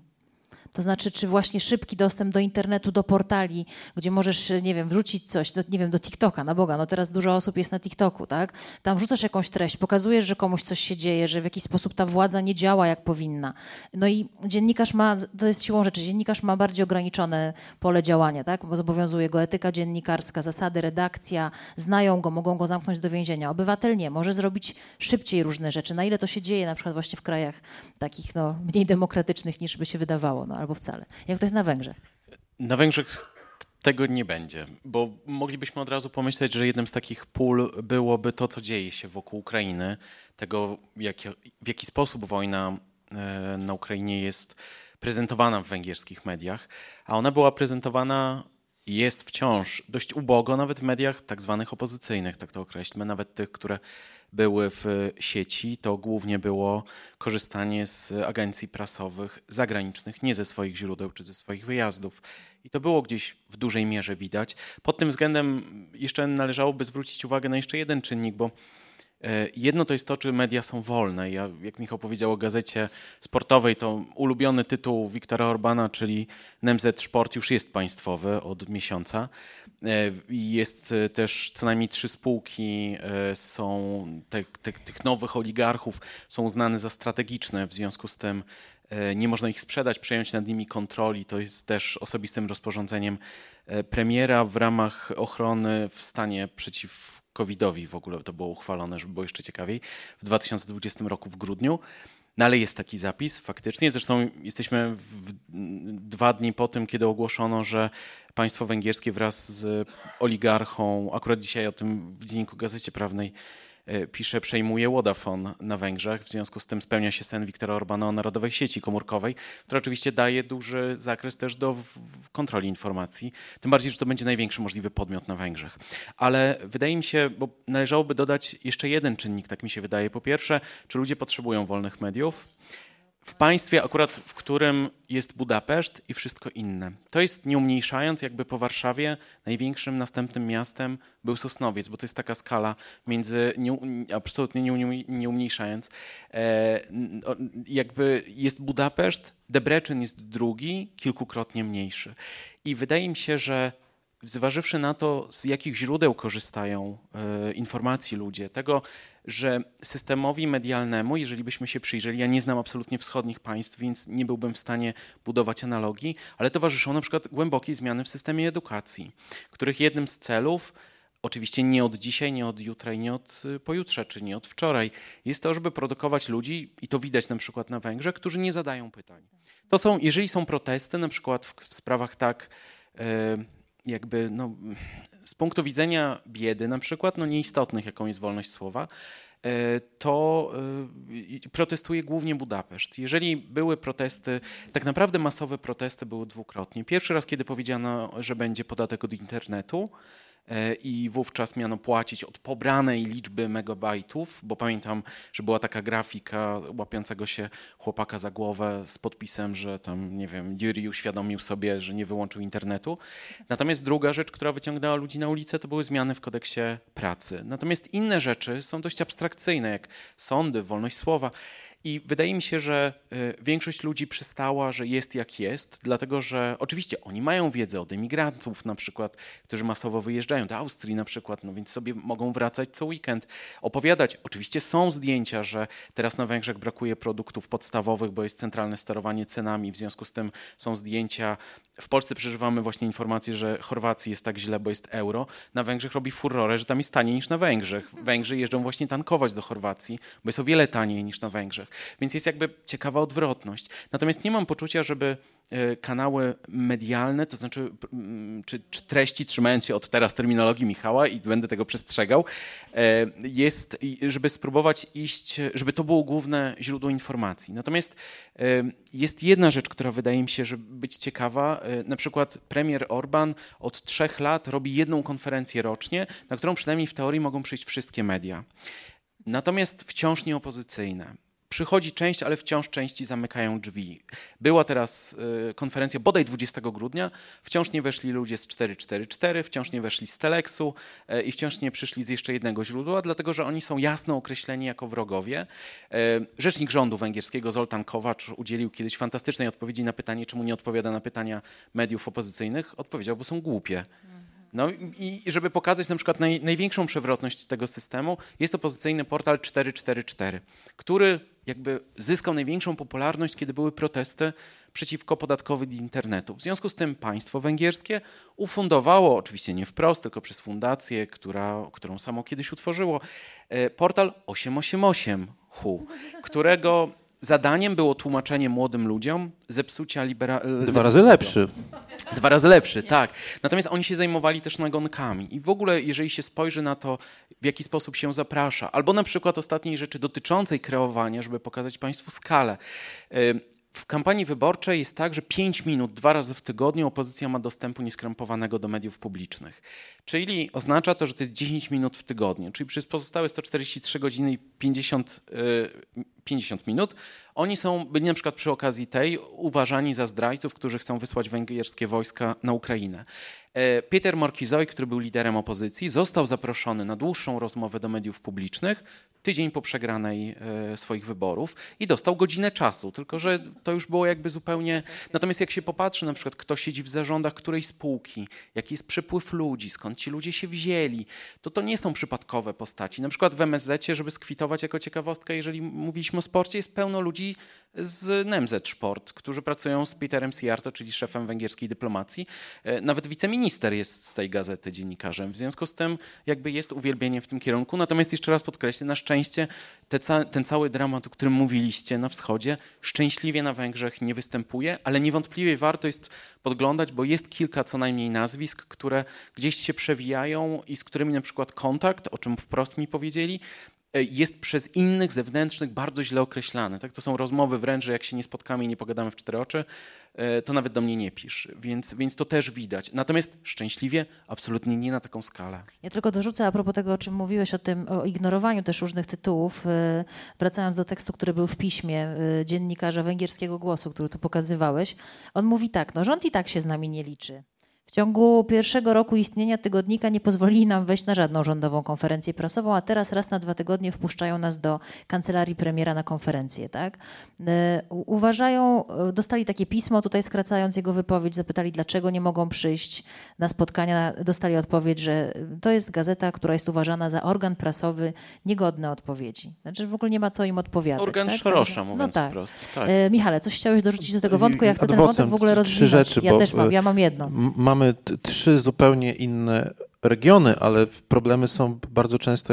To znaczy, czy właśnie szybki dostęp do internetu, do portali, gdzie możesz, nie wiem, wrzucić coś, do TikToka, na Boga, no teraz dużo osób jest na TikToku, tak? Tam wrzucasz jakąś treść, pokazujesz, że komuś coś się dzieje, że w jakiś sposób ta władza nie działa jak powinna. No i dziennikarz to jest siłą rzeczy, dziennikarz ma bardziej ograniczone pole działania, tak? Bo zobowiązuje go etyka dziennikarska, zasady, redakcja, znają go, mogą go zamknąć do więzienia. Obywatel nie, może zrobić szybciej różne rzeczy. Na ile to się dzieje na przykład właśnie w krajach takich mniej demokratycznych niż by się wydawało, albo wcale. Jak to jest na Węgrzech? Na Węgrzech tego nie będzie, bo moglibyśmy od razu pomyśleć, że jednym z takich pól byłoby to, co dzieje się wokół Ukrainy, tego w jaki sposób wojna na Ukrainie jest prezentowana w węgierskich mediach, a ona była prezentowana i jest wciąż dość ubogo, nawet w mediach tak zwanych opozycyjnych, tak to określmy, nawet tych, które były w sieci, to głównie było korzystanie z agencji prasowych zagranicznych, nie ze swoich źródeł czy ze swoich wyjazdów. I to było gdzieś w dużej mierze widać. Pod tym względem jeszcze należałoby zwrócić uwagę na jeszcze jeden czynnik, bo jedno to jest to, czy media są wolne. Jak Michał powiedział o gazecie sportowej, to ulubiony tytuł Viktora Orbana, czyli NMZ Sport, już jest państwowy od miesiąca. Jest też co najmniej 3 spółki, są tych nowych oligarchów są uznane za strategiczne, w związku z tym nie można ich sprzedać, przejąć nad nimi kontroli. To jest też osobistym rozporządzeniem premiera w ramach ochrony w stanie przeciw COVID-owi w ogóle to było uchwalone, żeby było jeszcze ciekawiej, w 2020 roku w grudniu. No ale jest taki zapis faktycznie. Zresztą jesteśmy 2 dni po tym, kiedy ogłoszono, że państwo węgierskie wraz z oligarchą, akurat dzisiaj o tym w Dzienniku Gazecie Prawnej pisze, przejmuje Vodafone na Węgrzech. W związku z tym spełnia się sen Viktora Orbana o narodowej sieci komórkowej, która oczywiście daje duży zakres też do kontroli informacji. Tym bardziej, że to będzie największy możliwy podmiot na Węgrzech. Ale wydaje mi się, bo należałoby dodać jeszcze jeden czynnik, tak mi się wydaje. Po pierwsze, czy ludzie potrzebują wolnych mediów? W państwie akurat, w którym jest Budapeszt i wszystko inne. To jest nie umniejszając, jakby po Warszawie największym następnym miastem był Sosnowiec, bo to jest taka skala między, absolutnie nie umniejszając, jakby jest Budapeszt, Debrecen jest drugi, kilkukrotnie mniejszy. I wydaje mi się, że zważywszy na to, z jakich źródeł korzystają informacji ludzie, tego, że systemowi medialnemu, jeżeli byśmy się przyjrzeli, ja nie znam absolutnie wschodnich państw, więc nie byłbym w stanie budować analogii, ale towarzyszą na przykład głębokie zmiany w systemie edukacji, których jednym z celów, oczywiście nie od dzisiaj, nie od jutra i nie od pojutrze, czy nie od wczoraj, jest to, żeby produkować ludzi, i to widać na przykład na Węgrzech, którzy nie zadają pytań. To są, jeżeli są protesty, na przykład w sprawach tak jakby z punktu widzenia biedy na przykład, nieistotnych, jaką jest wolność słowa, to protestuje głównie Budapeszt. Jeżeli były protesty, tak naprawdę masowe protesty były dwukrotnie. Pierwszy raz, kiedy powiedziano, że będzie podatek od internetu, i wówczas miano płacić od pobranej liczby megabajtów, bo pamiętam, że była taka grafika łapiącego się chłopaka za głowę z podpisem, że tam, nie wiem, Yuri uświadomił sobie, że nie wyłączył internetu. Natomiast druga rzecz, która wyciągnęła ludzi na ulicę, to były zmiany w kodeksie pracy. Natomiast inne rzeczy są dość abstrakcyjne, jak sądy, wolność słowa. I wydaje mi się, że większość ludzi przystała, że jest jak jest, dlatego że oczywiście oni mają wiedzę od emigrantów na przykład, którzy masowo wyjeżdżają do Austrii na przykład, no więc sobie mogą wracać co weekend, opowiadać. Oczywiście są zdjęcia, że teraz na Węgrzech brakuje produktów podstawowych, bo jest centralne sterowanie cenami, w związku z tym są zdjęcia. W Polsce przeżywamy właśnie informację, że Chorwacji jest tak źle, bo jest euro. Na Węgrzech robi furorę, że tam jest taniej niż na Węgrzech. Węgrzy jeżdżą właśnie tankować do Chorwacji, bo jest o wiele taniej niż na Węgrzech. Więc jest jakby ciekawa odwrotność. Natomiast nie mam poczucia, żeby kanały medialne, to znaczy czy treści, trzymając się od teraz terminologii Michała i będę tego przestrzegał, jest, żeby spróbować iść, żeby to było główne źródło informacji. Natomiast jest jedna rzecz, która wydaje mi się, że być ciekawa. Na przykład premier Orbán od 3 lat robi jedną konferencję rocznie, na którą przynajmniej w teorii mogą przyjść wszystkie media. Natomiast wciąż nieopozycyjne. Przychodzi część, ale wciąż części zamykają drzwi. Była teraz konferencja bodaj 20 grudnia, wciąż nie weszli ludzie z 444, wciąż nie weszli z Teleksu i wciąż nie przyszli z jeszcze jednego źródła, dlatego że oni są jasno określeni jako wrogowie. Rzecznik rządu węgierskiego Zoltán Kovács udzielił kiedyś fantastycznej odpowiedzi na pytanie, czemu nie odpowiada na pytania mediów opozycyjnych. Odpowiedział, bo są głupie. No i żeby pokazać na przykład największą przewrotność tego systemu, jest opozycyjny portal 444, który jakby zyskał największą popularność, kiedy były protesty przeciwko podatkowi internetu. W związku z tym państwo węgierskie ufundowało, oczywiście nie wprost, tylko przez fundację, którą samo kiedyś utworzyło, portal 888.hu, którego zadaniem było tłumaczenie młodym ludziom zepsucia 2 razy lepszy. 2 razy lepszy, tak. Natomiast oni się zajmowali też nagonkami. I w ogóle, jeżeli się spojrzy na to, w jaki sposób się zaprasza, albo na przykład ostatniej rzeczy dotyczącej kreowania, żeby pokazać państwu skalę. W kampanii wyborczej jest tak, że 5 minut 2 razy w tygodniu opozycja ma dostępu nieskrępowanego do mediów publicznych. Czyli oznacza to, że to jest 10 minut w tygodniu. Czyli przez pozostałe 143 godziny i 50 minut oni byli na przykład przy okazji tej uważani za zdrajców, którzy chcą wysłać węgierskie wojska na Ukrainę. Péter Márki-Zay, który był liderem opozycji, został zaproszony na dłuższą rozmowę do mediów publicznych tydzień po przegranej swoich wyborów i dostał godzinę czasu, tylko że to już było jakby zupełnie... Natomiast jak się popatrzy na przykład, kto siedzi w zarządach której spółki, jaki jest przepływ ludzi, skąd ci ludzie się wzięli, to nie są przypadkowe postaci. Na przykład w MSZ-cie, żeby skwitować jako ciekawostkę, jeżeli mówiliśmy o sporcie, jest pełno ludzi z NMZ Sport, którzy pracują z Peterem Szijjártó, czyli szefem węgierskiej dyplomacji. Nawet wiceminister jest z tej gazety dziennikarzem. W związku z tym jakby jest uwielbienie w tym kierunku. Natomiast jeszcze raz podkreślę, na szczęście ten cały dramat, o którym mówiliście na wschodzie, szczęśliwie na Węgrzech nie występuje, ale niewątpliwie warto jest podglądać, bo jest kilka co najmniej nazwisk, które gdzieś się przewijają i z którymi na przykład kontakt, o czym wprost mi powiedzieli, jest przez innych zewnętrznych bardzo źle określany. Tak? To są rozmowy wręcz, że jak się nie spotkamy i nie pogadamy w 4 oczy, to nawet do mnie nie pisz. Więc to też widać. Natomiast szczęśliwie absolutnie nie na taką skalę. Ja tylko dorzucę a propos tego, o czym mówiłeś, o ignorowaniu też różnych tytułów, wracając do tekstu, który był w piśmie dziennikarza Węgierskiego Głosu, który tu pokazywałeś. On mówi tak, no rząd i tak się z nami nie liczy. W ciągu pierwszego roku istnienia tygodnika nie pozwolili nam wejść na żadną rządową konferencję prasową, a teraz raz na 2 tygodnie wpuszczają nas do kancelarii premiera na konferencję. Tak? Uważają, dostali takie pismo, tutaj skracając jego wypowiedź, zapytali, dlaczego nie mogą przyjść na spotkania. Dostali odpowiedź, że to jest gazeta, która jest uważana za organ prasowy niegodny odpowiedzi. Znaczy w ogóle nie ma co im odpowiadać. Organ tak? szerosza, mówiąc no tak. wprost. Tak. Michale, coś chciałeś dorzucić do tego wątku? Ja chcę ten wątek w ogóle rozwinąć. 3 rzeczy, ja też mam, ja mam jedno. Mamy 3 zupełnie inne regiony, ale problemy są bardzo często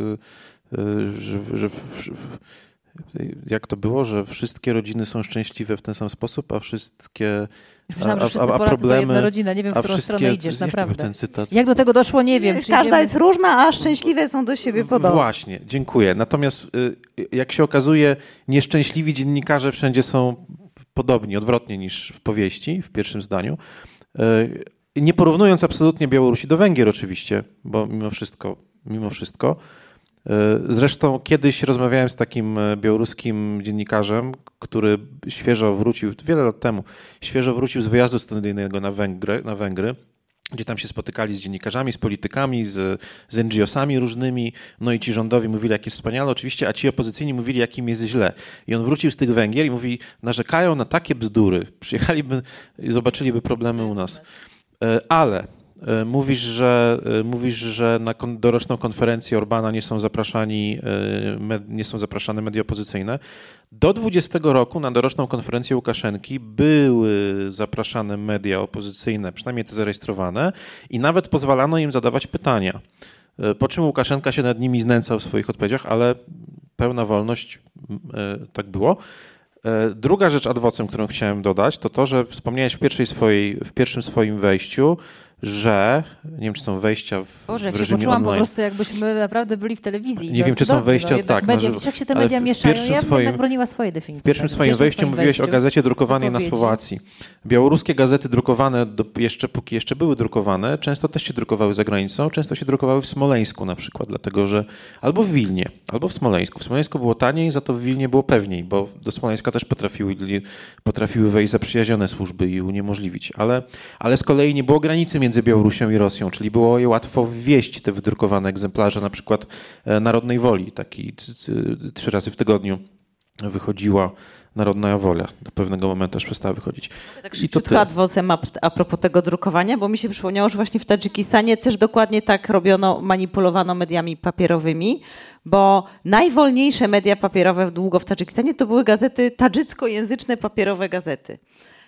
jak to było, że wszystkie rodziny są szczęśliwe w ten sam sposób, a wszystkie... Myślałam, że wszyscy Polacy to jedna rodzina. Nie wiem, w którą stronę idziesz, naprawdę. Ten cytat? Jak do tego doszło, nie wiem. Każda jest różna, a szczęśliwe są do siebie podobne. Właśnie, dziękuję. Natomiast jak się okazuje, nieszczęśliwi dziennikarze wszędzie są podobni, odwrotnie niż w powieści, w pierwszym zdaniu. nie porównując absolutnie Białorusi do Węgier oczywiście, bo mimo wszystko. Zresztą kiedyś rozmawiałem z takim białoruskim dziennikarzem, który wiele lat temu, świeżo wrócił z wyjazdu studyjnego na Węgry, gdzie tam się spotykali z dziennikarzami, z politykami, z NGO-sami różnymi, no i ci rządowi mówili, jak jest wspaniale oczywiście, a ci opozycyjni mówili, jakim jest źle. I on wrócił z tych Węgier i mówi, narzekają na takie bzdury, przyjechaliby i zobaczyliby problemy u nas. Ale mówisz, że na doroczną konferencję Orbana nie są zapraszane media opozycyjne. Do 20 roku na doroczną konferencję Łukaszenki były zapraszane media opozycyjne, przynajmniej te zarejestrowane, i nawet pozwalano im zadawać pytania. Po czym Łukaszenka się nad nimi znęcał w swoich odpowiedziach, ale pełna wolność, tak było. Druga rzecz ad vocem, którą chciałem dodać, to to, że wspomniałeś w pierwszym swoim wejściu, że nie wiem, czy są wejścia w Boże, jak reżimie się poczułam online. po prostu, jakbyśmy naprawdę byli w telewizji. Nie wiem, czy są wejścia, tak. Media, jak się te media mieszają, ja bym jednak broniła swoje definicje. W pierwszym swoim wejściu mówiłeś o gazecie drukowanej na Słowacji. Białoruskie gazety drukowane, póki jeszcze były drukowane, często też się drukowały za granicą, często się drukowały w Smoleńsku na przykład, dlatego że albo w Wilnie, albo w Smoleńsku. W Smoleńsku było taniej, za to w Wilnie było pewniej, bo do Smoleńska też potrafiły wejść zaprzyjaźnione służby i uniemożliwić. Ale z kolei nie było granicy między Białorusią i Rosją, czyli było je łatwo wwieźć te wydrukowane egzemplarze, na przykład Narodnej Woli, taki 3 razy w tygodniu wychodziła Narodna Wola. Do pewnego momentu aż przestała wychodzić. Tak szybciutko ad vocem a propos tego drukowania, bo mi się przypomniało, że właśnie w Tadżykistanie też dokładnie tak robiono, manipulowano mediami papierowymi, bo najwolniejsze media papierowe długo w Tadżykistanie to były gazety tadżyckojęzyczne, papierowe gazety.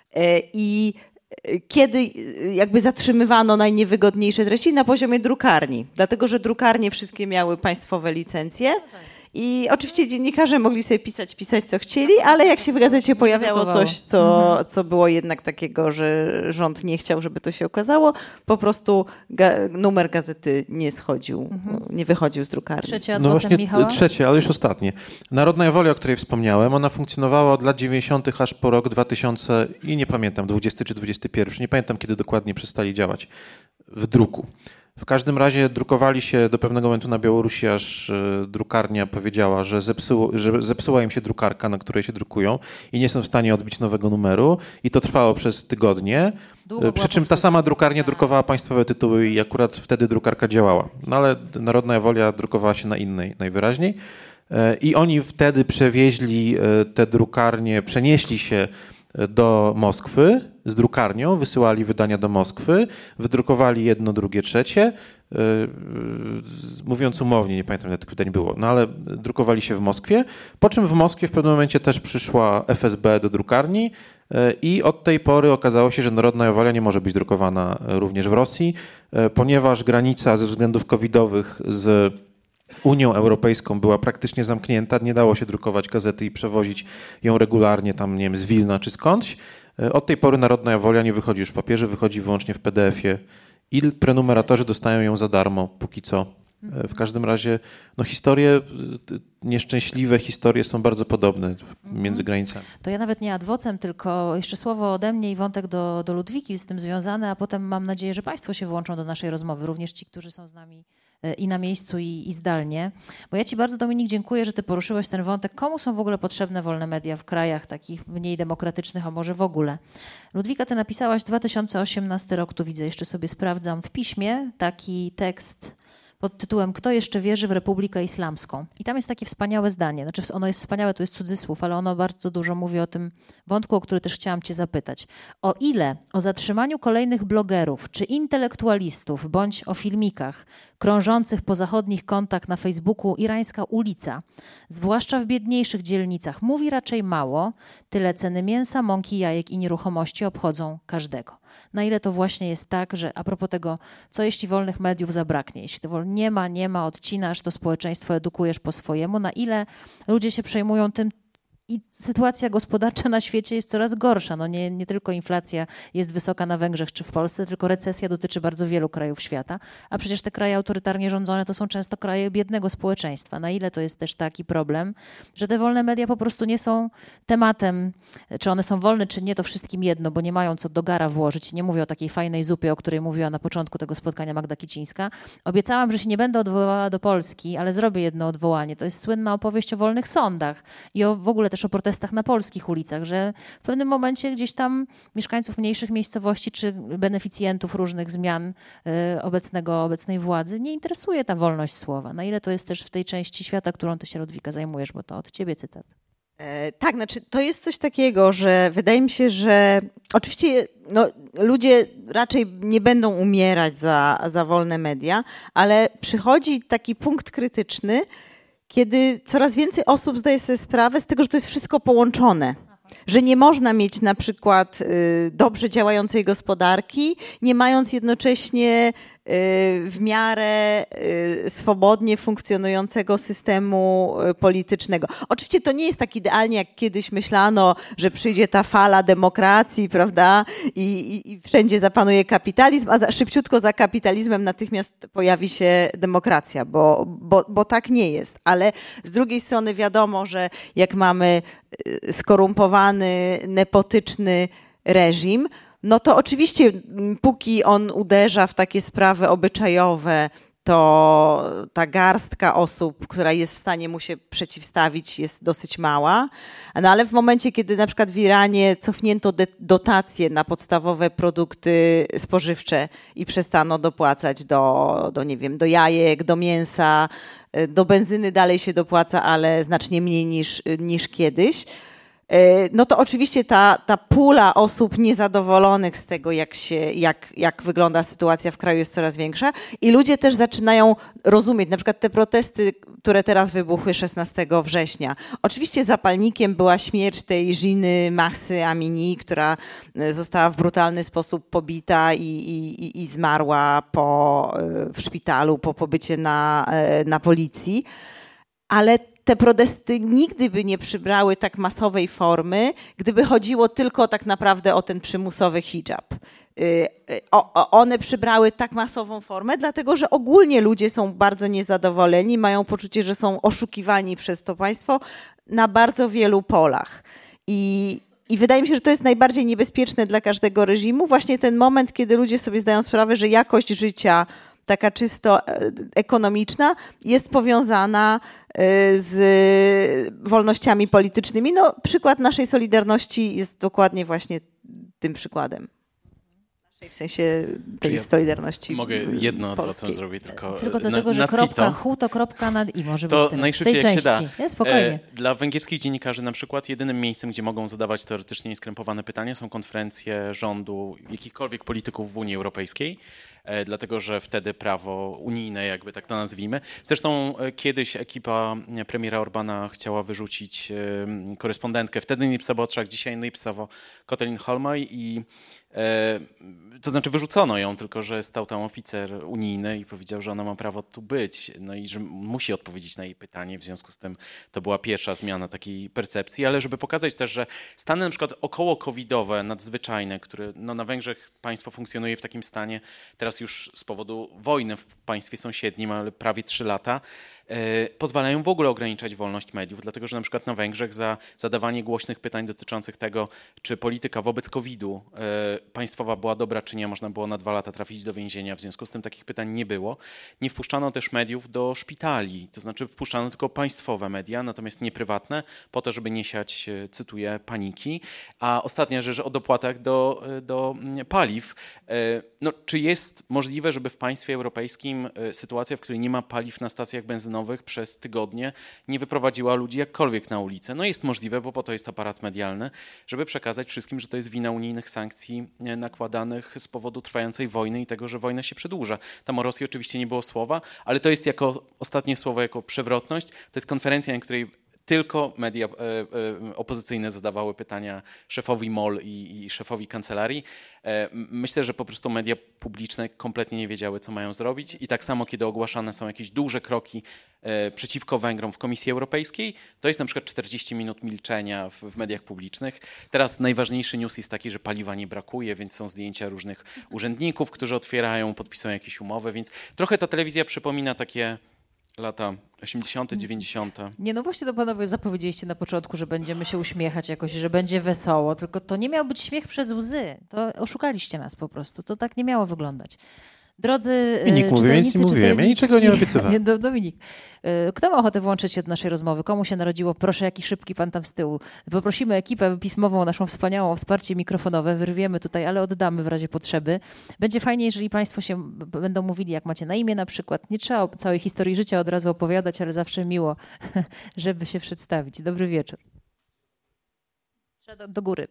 I kiedy jakby zatrzymywano najniewygodniejsze treści na poziomie drukarni, dlatego że drukarnie wszystkie miały państwowe licencje i oczywiście dziennikarze mogli sobie pisać co chcieli, ale jak się w gazecie pojawiało coś, co było jednak takiego, że rząd nie chciał, żeby to się okazało, po prostu numer gazety nie schodził, nie wychodził z drukarni. Trzecie ad vocem Michała? Trzecie, ale już ostatnie. Narodna Wola, o której wspomniałem, ona funkcjonowała od lat 90. aż po rok 2000 i nie pamiętam, 20 czy 21. Nie pamiętam, kiedy dokładnie przestali działać w druku. W każdym razie drukowali się do pewnego momentu na Białorusi, aż drukarnia powiedziała, że zepsuła im się drukarka, na której się drukują i nie są w stanie odbić nowego numeru i to trwało przez tygodnie. Przy czym ta sama drukarnia drukowała państwowe tytuły i akurat wtedy drukarka działała. No ale Narodna Wola drukowała się na innej najwyraźniej. I oni wtedy przewieźli te drukarnie, przenieśli się do Moskwy z drukarnią, wysyłali wydania do Moskwy, wydrukowali jedno, drugie, trzecie, mówiąc umownie, nie pamiętam ile tych wydań było, no ale drukowali się w Moskwie, po czym w Moskwie w pewnym momencie też przyszła FSB do drukarni i od tej pory okazało się, że Narodna Wola nie może być drukowana również w Rosji, ponieważ granica ze względów covidowych z Unią Europejską była praktycznie zamknięta, nie dało się drukować gazety i przewozić ją regularnie tam, nie wiem, z Wilna czy skądś. Od tej pory Narodna Wola nie wychodzi już w papierze, wychodzi wyłącznie w PDF-ie i prenumeratorzy dostają ją za darmo, póki co. W każdym razie no, nieszczęśliwe historie są bardzo podobne między granicami. To ja nawet nie ad vocem, tylko jeszcze słowo ode mnie i wątek do Ludwiki z tym związany, a potem mam nadzieję, że Państwo się włączą do naszej rozmowy, również ci, którzy są z nami i na miejscu, i zdalnie. Bo ja Ci bardzo, Dominik, dziękuję, że Ty poruszyłeś ten wątek. Komu są w ogóle potrzebne wolne media w krajach takich mniej demokratycznych, a może w ogóle? Ludwika, Ty napisałaś 2018 rok, tu widzę, jeszcze sobie sprawdzam, w piśmie taki tekst pod tytułem „Kto jeszcze wierzy w Republikę Islamską?” I tam jest takie wspaniałe zdanie. Znaczy ono jest wspaniałe, to jest cudzysłów, ale ono bardzo dużo mówi o tym wątku, o który też chciałam Cię zapytać. O ile o zatrzymaniu kolejnych blogerów czy intelektualistów, bądź o filmikach krążących po zachodnich kontach na Facebooku irańska ulica, zwłaszcza w biedniejszych dzielnicach, mówi raczej mało, tyle ceny mięsa, mąki, jajek i nieruchomości obchodzą każdego. Na ile to właśnie jest tak, że a propos tego, co jeśli wolnych mediów zabraknie, jeśli to nie ma, odcinasz, to społeczeństwo edukujesz po swojemu, na ile ludzie się przejmują tym, I sytuacja gospodarcza na świecie jest coraz gorsza. No nie tylko inflacja jest wysoka na Węgrzech czy w Polsce, tylko recesja dotyczy bardzo wielu krajów świata. A przecież te kraje autorytarnie rządzone to są często kraje biednego społeczeństwa. Na ile to jest też taki problem, że te wolne media po prostu nie są tematem, czy one są wolne, czy nie, to wszystkim jedno, bo nie mają co do gara włożyć. Nie mówię o takiej fajnej zupie, o której mówiła na początku tego spotkania Magda Kicińska. Obiecałam, że się nie będę odwoływała do Polski, ale zrobię jedno odwołanie. To jest słynna opowieść o wolnych sądach i w ogóle też o protestach na polskich ulicach, że w pewnym momencie gdzieś tam mieszkańców mniejszych miejscowości czy beneficjentów różnych zmian obecnej władzy nie interesuje ta wolność słowa. Na ile to jest też w tej części świata, którą ty się, Ludwika, zajmujesz, bo to od ciebie cytat. Tak, znaczy to jest coś takiego, że wydaje mi się, że oczywiście ludzie raczej nie będą umierać za wolne media, ale przychodzi taki punkt krytyczny, kiedy coraz więcej osób zdaje sobie sprawę z tego, że to jest wszystko połączone. Że nie można mieć na przykład dobrze działającej gospodarki, nie mając jednocześnie w miarę swobodnie funkcjonującego systemu politycznego. Oczywiście to nie jest tak idealnie, jak kiedyś myślano, że przyjdzie ta fala demokracji, prawda, i wszędzie zapanuje kapitalizm, a szybciutko za kapitalizmem natychmiast pojawi się demokracja, bo tak nie jest. Ale z drugiej strony wiadomo, że jak mamy skorumpowany, nepotyczny reżim, no to oczywiście póki on uderza w takie sprawy obyczajowe, to ta garstka osób, która jest w stanie mu się przeciwstawić, jest dosyć mała. No ale w momencie, kiedy na przykład w Iranie cofnięto dotacje na podstawowe produkty spożywcze i przestano dopłacać nie wiem, do jajek, do mięsa, do benzyny dalej się dopłaca, ale znacznie mniej niż kiedyś, no to oczywiście ta pula osób niezadowolonych z tego, jak wygląda sytuacja w kraju, jest coraz większa i ludzie też zaczynają rozumieć, na przykład te protesty, które teraz wybuchły 16 września. Oczywiście zapalnikiem była śmierć tej Żiny Mahsy Amini, która została w brutalny sposób pobita i zmarła w szpitalu po pobycie na policji, ale te protesty nigdy by nie przybrały tak masowej formy, gdyby chodziło tylko tak naprawdę o ten przymusowy hijab. One przybrały tak masową formę, dlatego że ogólnie ludzie są bardzo niezadowoleni, mają poczucie, że są oszukiwani przez to państwo na bardzo wielu polach. I wydaje mi się, że to jest najbardziej niebezpieczne dla każdego reżimu, właśnie ten moment, kiedy ludzie sobie zdają sprawę, że jakość życia taka czysto ekonomiczna jest powiązana z wolnościami politycznymi. No, przykład naszej Solidarności jest dokładnie właśnie tym przykładem. W sensie tej Solidarności mogę jedno odwrotne zrobić, tylko dlatego, że kropka hu to kropka nad i może to być teraz najszybciej w tej jak części. się da. Nie, spokojnie. Dla węgierskich dziennikarzy na przykład jedynym miejscem, gdzie mogą zadawać teoretycznie skrępowane pytania, są konferencje rządu jakichkolwiek polityków w Unii Europejskiej, dlatego że wtedy prawo unijne, jakby tak to nazwijmy. Zresztą kiedyś ekipa premiera Orbana chciała wyrzucić korespondentkę, wtedy Nipsa Botrzak, dzisiaj Nipsa Katalin Holmaj i to znaczy wyrzucono ją, tylko że stał tam oficer unijny i powiedział, że ona ma prawo tu być, no i że musi odpowiedzieć na jej pytanie, w związku z tym to była pierwsza zmiana takiej percepcji, ale żeby pokazać też, że stany na przykład około covidowe, nadzwyczajne, które no na Węgrzech państwo funkcjonuje w takim stanie, teraz już z powodu wojny w państwie sąsiednim, ale prawie 3 lata, pozwalają w ogóle ograniczać wolność mediów, dlatego że na przykład na Węgrzech za zadawanie głośnych pytań dotyczących tego, czy polityka wobec COVID-u państwowa była dobra, czy nie, można było na 2 lata trafić do więzienia, w związku z tym takich pytań nie było. Nie wpuszczano też mediów do szpitali, to znaczy wpuszczano tylko państwowe media, natomiast nie prywatne, po to, żeby nie siać, cytuję, paniki. A ostatnia rzecz o dopłatach do paliw. No, czy jest możliwe, żeby w państwie europejskim sytuacja, w której nie ma paliw na stacjach benzynowych przez tygodnie, nie wyprowadziła ludzi jakkolwiek na ulicę? No jest możliwe, bo po to jest aparat medialny, żeby przekazać wszystkim, że to jest wina unijnych sankcji nakładanych z powodu trwającej wojny i tego, że wojna się przedłuża. Tam o Rosji oczywiście nie było słowa, ale to jest jako ostatnie słowo, jako przewrotność. To jest konferencja, na której tylko media opozycyjne zadawały pytania szefowi MOL i szefowi kancelarii. Myślę, że po prostu media publiczne kompletnie nie wiedziały, co mają zrobić i tak samo, kiedy ogłaszane są jakieś duże kroki przeciwko Węgrom w Komisji Europejskiej, to jest na przykład 40 minut milczenia w mediach publicznych. Teraz najważniejszy news jest taki, że paliwa nie brakuje, więc są zdjęcia różnych urzędników, którzy otwierają, podpisują jakieś umowy, więc trochę ta telewizja przypomina takie lata 80., 90. Nie, no właśnie to panowie zapowiedzieliście na początku, że będziemy się uśmiechać jakoś, że będzie wesoło, tylko to nie miał być śmiech przez łzy. To oszukaliście nas po prostu. To tak nie miało wyglądać. Drodzy Dominik mówi, więc nie mówiłem. Ja niczego nie obiecywałem. Dominik, kto ma ochotę włączyć się do naszej rozmowy? Komu się narodziło? Proszę, jaki szybki pan tam z tyłu. Poprosimy ekipę pismową, naszą wspaniałą, o wsparcie mikrofonowe. Wyrwiemy tutaj, ale oddamy w razie potrzeby. Będzie fajnie, jeżeli państwo się będą mówili, jak macie na imię na przykład. Nie trzeba o całej historii życia od razu opowiadać, ale zawsze miło, żeby się przedstawić. Dobry wieczór. Trzeba do góry.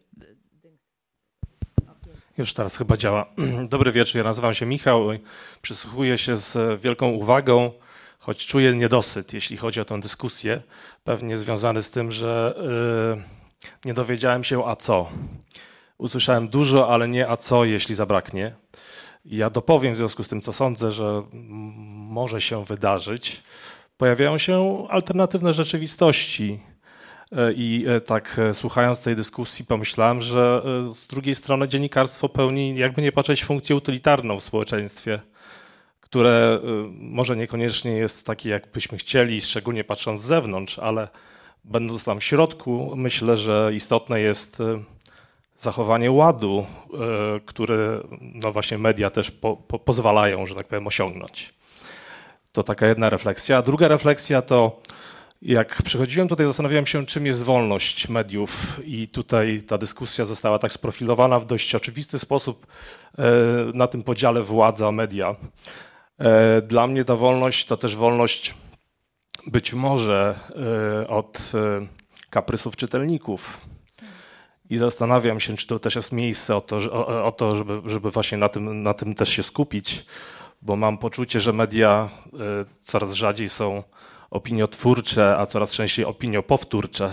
Już teraz chyba działa. Dobry wieczór, ja nazywam się Michał i przysłuchuję się z wielką uwagą, choć czuję niedosyt, jeśli chodzi o tę dyskusję, pewnie związany z tym, że nie dowiedziałem się a co. Usłyszałem dużo, ale nie a co, jeśli zabraknie. Ja dopowiem w związku z tym, co sądzę, że może się wydarzyć. Pojawiają się alternatywne rzeczywistości. I tak słuchając tej dyskusji pomyślałem, że z drugiej strony dziennikarstwo pełni, jakby nie patrzeć, funkcję utylitarną w społeczeństwie, które może niekoniecznie jest takie, jak byśmy chcieli, szczególnie patrząc z zewnątrz, ale będąc tam w środku, myślę, że istotne jest zachowanie ładu, który no właśnie media też pozwalają, że tak powiem, osiągnąć. To taka jedna refleksja. A druga refleksja to jak przychodziłem tutaj, zastanawiałem się, czym jest wolność mediów i tutaj ta dyskusja została tak sprofilowana w dość oczywisty sposób na tym podziale władza-media. Dla mnie ta wolność to też wolność być może od kaprysów czytelników. I zastanawiam się, czy to też jest miejsce o to żeby właśnie na tym też się skupić, bo mam poczucie, że media coraz rzadziej są opiniotwórcze, a coraz częściej opiniopowtórcze.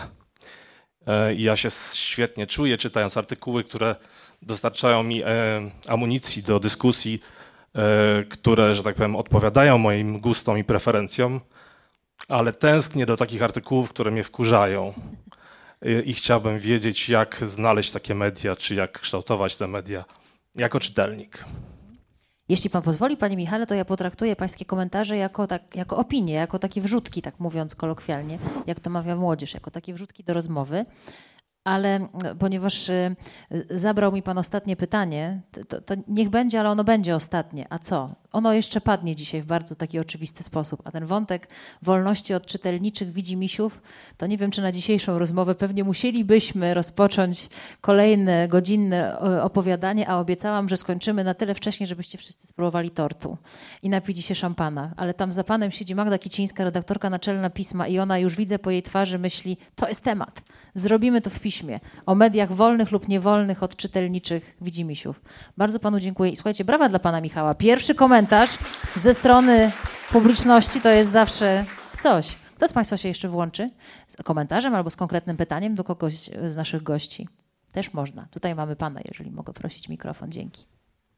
I ja się świetnie czuję, czytając artykuły, które dostarczają mi amunicji do dyskusji, które, że tak powiem, odpowiadają moim gustom i preferencjom, ale tęsknię do takich artykułów, które mnie wkurzają. I chciałbym wiedzieć, jak znaleźć takie media, czy jak kształtować te media jako czytelnik. Jeśli pan pozwoli, panie Michale, to ja potraktuję pańskie komentarze jako opinie, jako takie wrzutki, tak mówiąc kolokwialnie, jak to mawia młodzież, jako takie wrzutki do rozmowy. Ale ponieważ zabrał mi pan ostatnie pytanie, to niech będzie, ale ono będzie ostatnie. A co? Ono jeszcze padnie dzisiaj w bardzo taki oczywisty sposób. A ten wątek wolności od czytelniczych widzimisiów, to nie wiem, czy na dzisiejszą rozmowę pewnie musielibyśmy rozpocząć kolejne godzinne opowiadanie, a obiecałam, że skończymy na tyle wcześnie, żebyście wszyscy spróbowali tortu i napili się szampana. Ale tam za panem siedzi Magda Kicińska, redaktorka naczelna Pisma i ona, już widzę po jej twarzy, myśli, to jest temat. Zrobimy to w piśmie. O mediach wolnych lub niewolnych od czytelniczych widzimisiów. Bardzo panu dziękuję. I słuchajcie, brawa dla pana Michała. Pierwszy komentarz ze strony publiczności to jest zawsze coś. Kto z państwa się jeszcze włączy z komentarzem albo z konkretnym pytaniem do kogoś z naszych gości? Też można. Tutaj mamy pana, jeżeli mogę prosić mikrofon. Dzięki.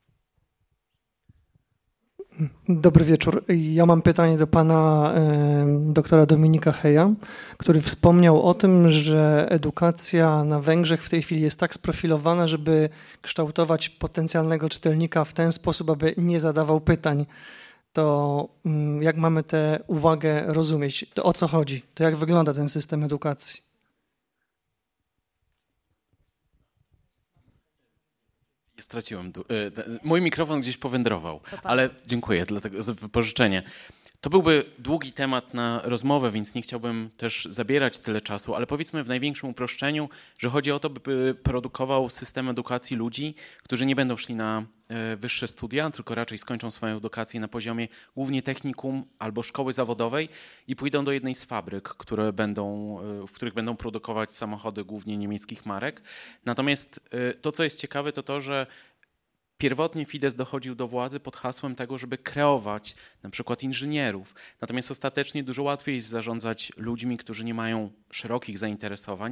Dobry wieczór. Ja mam pytanie do pana doktora Dominika Heja, który wspomniał o tym, że edukacja na Węgrzech w tej chwili jest tak sprofilowana, żeby kształtować potencjalnego czytelnika w ten sposób, aby nie zadawał pytań. To jak mamy tę uwagę rozumieć? To o co chodzi? To jak wygląda ten system edukacji? Straciłem. Mój mikrofon gdzieś powędrował, ale dziękuję za wypożyczenie. To byłby długi temat na rozmowę, więc nie chciałbym też zabierać tyle czasu, ale powiedzmy w największym uproszczeniu, że chodzi o to, by produkował system edukacji ludzi, którzy nie będą szli na wyższe studia, tylko raczej skończą swoją edukację na poziomie głównie technikum albo szkoły zawodowej i pójdą do jednej z fabryk, w których będą produkować samochody głównie niemieckich marek. Natomiast to, co jest ciekawe, to to, że Pierwotnie Fidesz dochodził do władzy pod hasłem tego, żeby kreować na przykład inżynierów. Natomiast ostatecznie dużo łatwiej jest zarządzać ludźmi, którzy nie mają szerokich zainteresowań.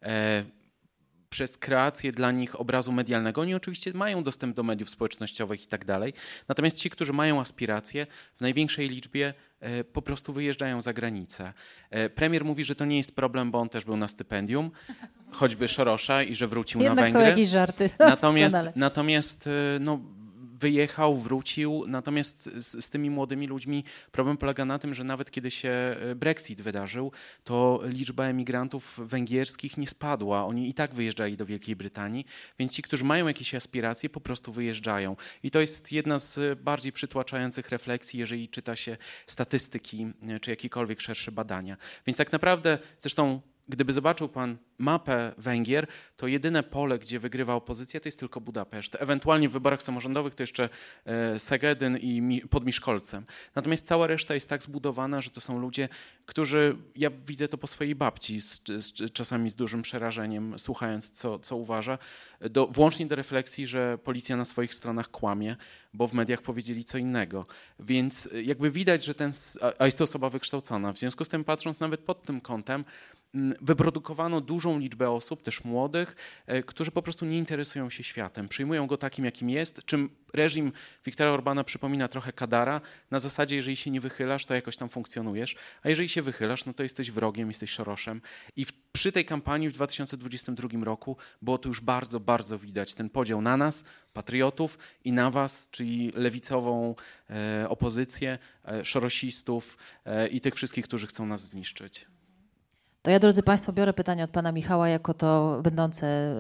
Przez kreację dla nich obrazu medialnego. Oni oczywiście mają dostęp do mediów społecznościowych i tak dalej. Natomiast ci, którzy mają aspiracje, w największej liczbie po prostu wyjeżdżają za granicę. Premier mówi, że to nie jest problem, bo on też był na stypendium, choćby Sorosza i że wrócił Jednak na Węgry. są jakieś żarty. Natomiast no, wyjechał, wrócił, natomiast z tymi młodymi ludźmi problem polega na tym, że nawet kiedy się Brexit wydarzył, to liczba emigrantów węgierskich nie spadła. Oni i tak wyjeżdżali do Wielkiej Brytanii, więc ci, którzy mają jakieś aspiracje, po prostu wyjeżdżają. I to jest jedna z bardziej przytłaczających refleksji, jeżeli czyta się statystyki czy jakiekolwiek szersze badania. Więc tak naprawdę, zresztą gdyby zobaczył pan mapę Węgier, to jedyne pole, gdzie wygrywa opozycja, to jest tylko Budapeszt. Ewentualnie w wyborach samorządowych to jeszcze Szegedyn i pod Miszkolcem. Natomiast cała reszta jest tak zbudowana, że to są ludzie, którzy, ja widzę to po swojej babci, czasami z dużym przerażeniem, słuchając co uważa, włącznie do refleksji, że policja na swoich stronach kłamie, bo w mediach powiedzieli co innego. Więc jakby widać, że a jest to osoba wykształcona. W związku z tym, patrząc nawet pod tym kątem, wyprodukowano dużą liczbę osób, też młodych, którzy po prostu nie interesują się światem. Przyjmują go takim, jakim jest, czym reżim Viktora Orbana przypomina trochę Kadara. Na zasadzie, jeżeli się nie wychylasz, to jakoś tam funkcjonujesz, a jeżeli się wychylasz, no to jesteś wrogiem, jesteś Soroszem. I przy tej kampanii w 2022 roku było to już bardzo, bardzo widać. Ten podział na nas, patriotów, i na was, czyli lewicową opozycję, szorosistów i tych wszystkich, którzy chcą nas zniszczyć. To ja, drodzy Państwo, biorę pytanie od pana Michała jako to będące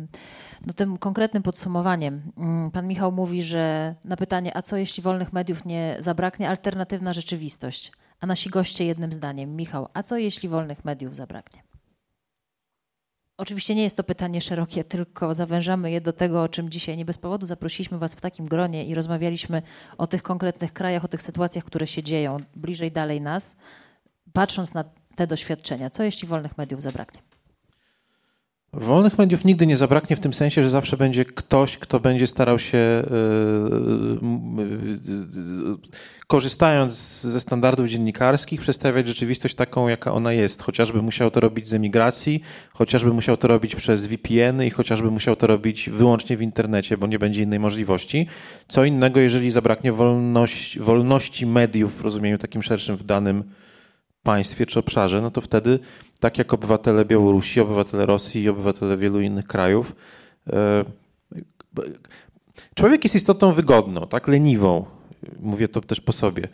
tym konkretnym podsumowaniem. Pan Michał mówi, że na pytanie, a co jeśli wolnych mediów nie zabraknie, alternatywna rzeczywistość. A nasi goście jednym zdaniem. Michał, a co jeśli wolnych mediów zabraknie? Oczywiście nie jest to pytanie szerokie, tylko zawężamy je do tego, o czym dzisiaj nie bez powodu zaprosiliśmy was w takim gronie i rozmawialiśmy o tych konkretnych krajach, o tych sytuacjach, które się dzieją bliżej, dalej nas, patrząc na te doświadczenia. Co jeśli wolnych mediów zabraknie? Wolnych mediów nigdy nie zabraknie w tym sensie, że zawsze będzie ktoś, kto będzie starał się, korzystając ze standardów dziennikarskich, przedstawiać rzeczywistość taką, jaka ona jest. Chociażby musiał to robić z emigracji, chociażby musiał to robić przez VPN-y i chociażby musiał to robić wyłącznie w internecie, bo nie będzie innej możliwości. Co innego, jeżeli zabraknie wolności mediów w rozumieniu takim szerszym w danym państwie czy obszarze, no to wtedy, tak jak obywatele Białorusi, obywatele Rosji i obywatele wielu innych krajów, człowiek jest istotą wygodną, tak, leniwą. Mówię to też po sobie.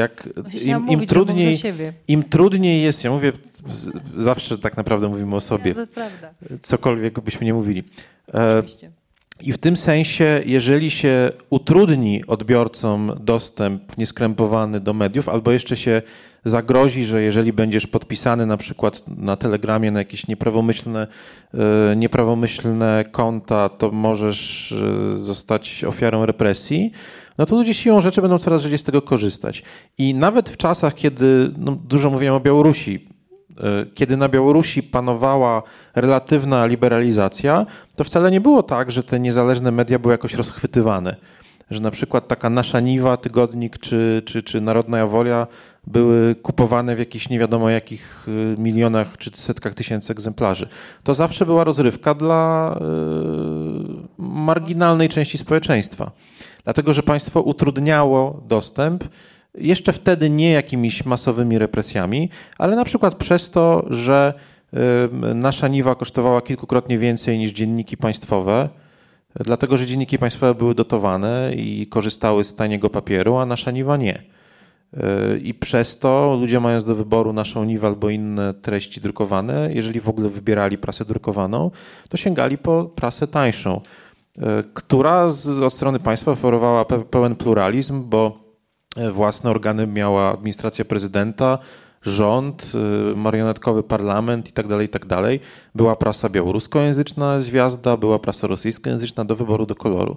Im trudniej jest, ja mówię, zawsze tak naprawdę mówimy o sobie, cokolwiek byśmy nie mówili. Oczywiście. I w tym sensie, jeżeli się utrudni odbiorcom dostęp nieskrępowany do mediów, albo jeszcze się zagrozi, że jeżeli będziesz podpisany na przykład na Telegramie na jakieś nieprawomyślne konta, to możesz zostać ofiarą represji, no to ludzie siłą rzeczy będą coraz rzadziej z tego korzystać. I nawet w czasach, kiedy dużo mówiłem o Białorusi, kiedy na Białorusi panowała relatywna liberalizacja, to wcale nie było tak, że te niezależne media były jakoś rozchwytywane. Że na przykład taka Nasza Niwa, Tygodnik czy Narodna Wola były kupowane w jakichś nie wiadomo jakich milionach czy setkach tysięcy egzemplarzy. To zawsze była rozrywka dla marginalnej części społeczeństwa. Dlatego, że państwo utrudniało dostęp, jeszcze wtedy nie jakimiś masowymi represjami, ale na przykład przez to, że Nasza Niwa kosztowała kilkukrotnie więcej niż dzienniki państwowe, dlatego że dzienniki państwowe były dotowane i korzystały z taniego papieru, a Nasza Niwa nie. I przez to ludzie, mając do wyboru Naszą Niwę albo inne treści drukowane, jeżeli w ogóle wybierali prasę drukowaną, to sięgali po prasę tańszą, która od strony państwa oferowała pełen pluralizm, bo własne organy miała administracja prezydenta, rząd, marionetkowy parlament itd., itd. Była prasa białoruskojęzyczna z Gwiazda, była prasa rosyjskojęzyczna do wyboru, do koloru.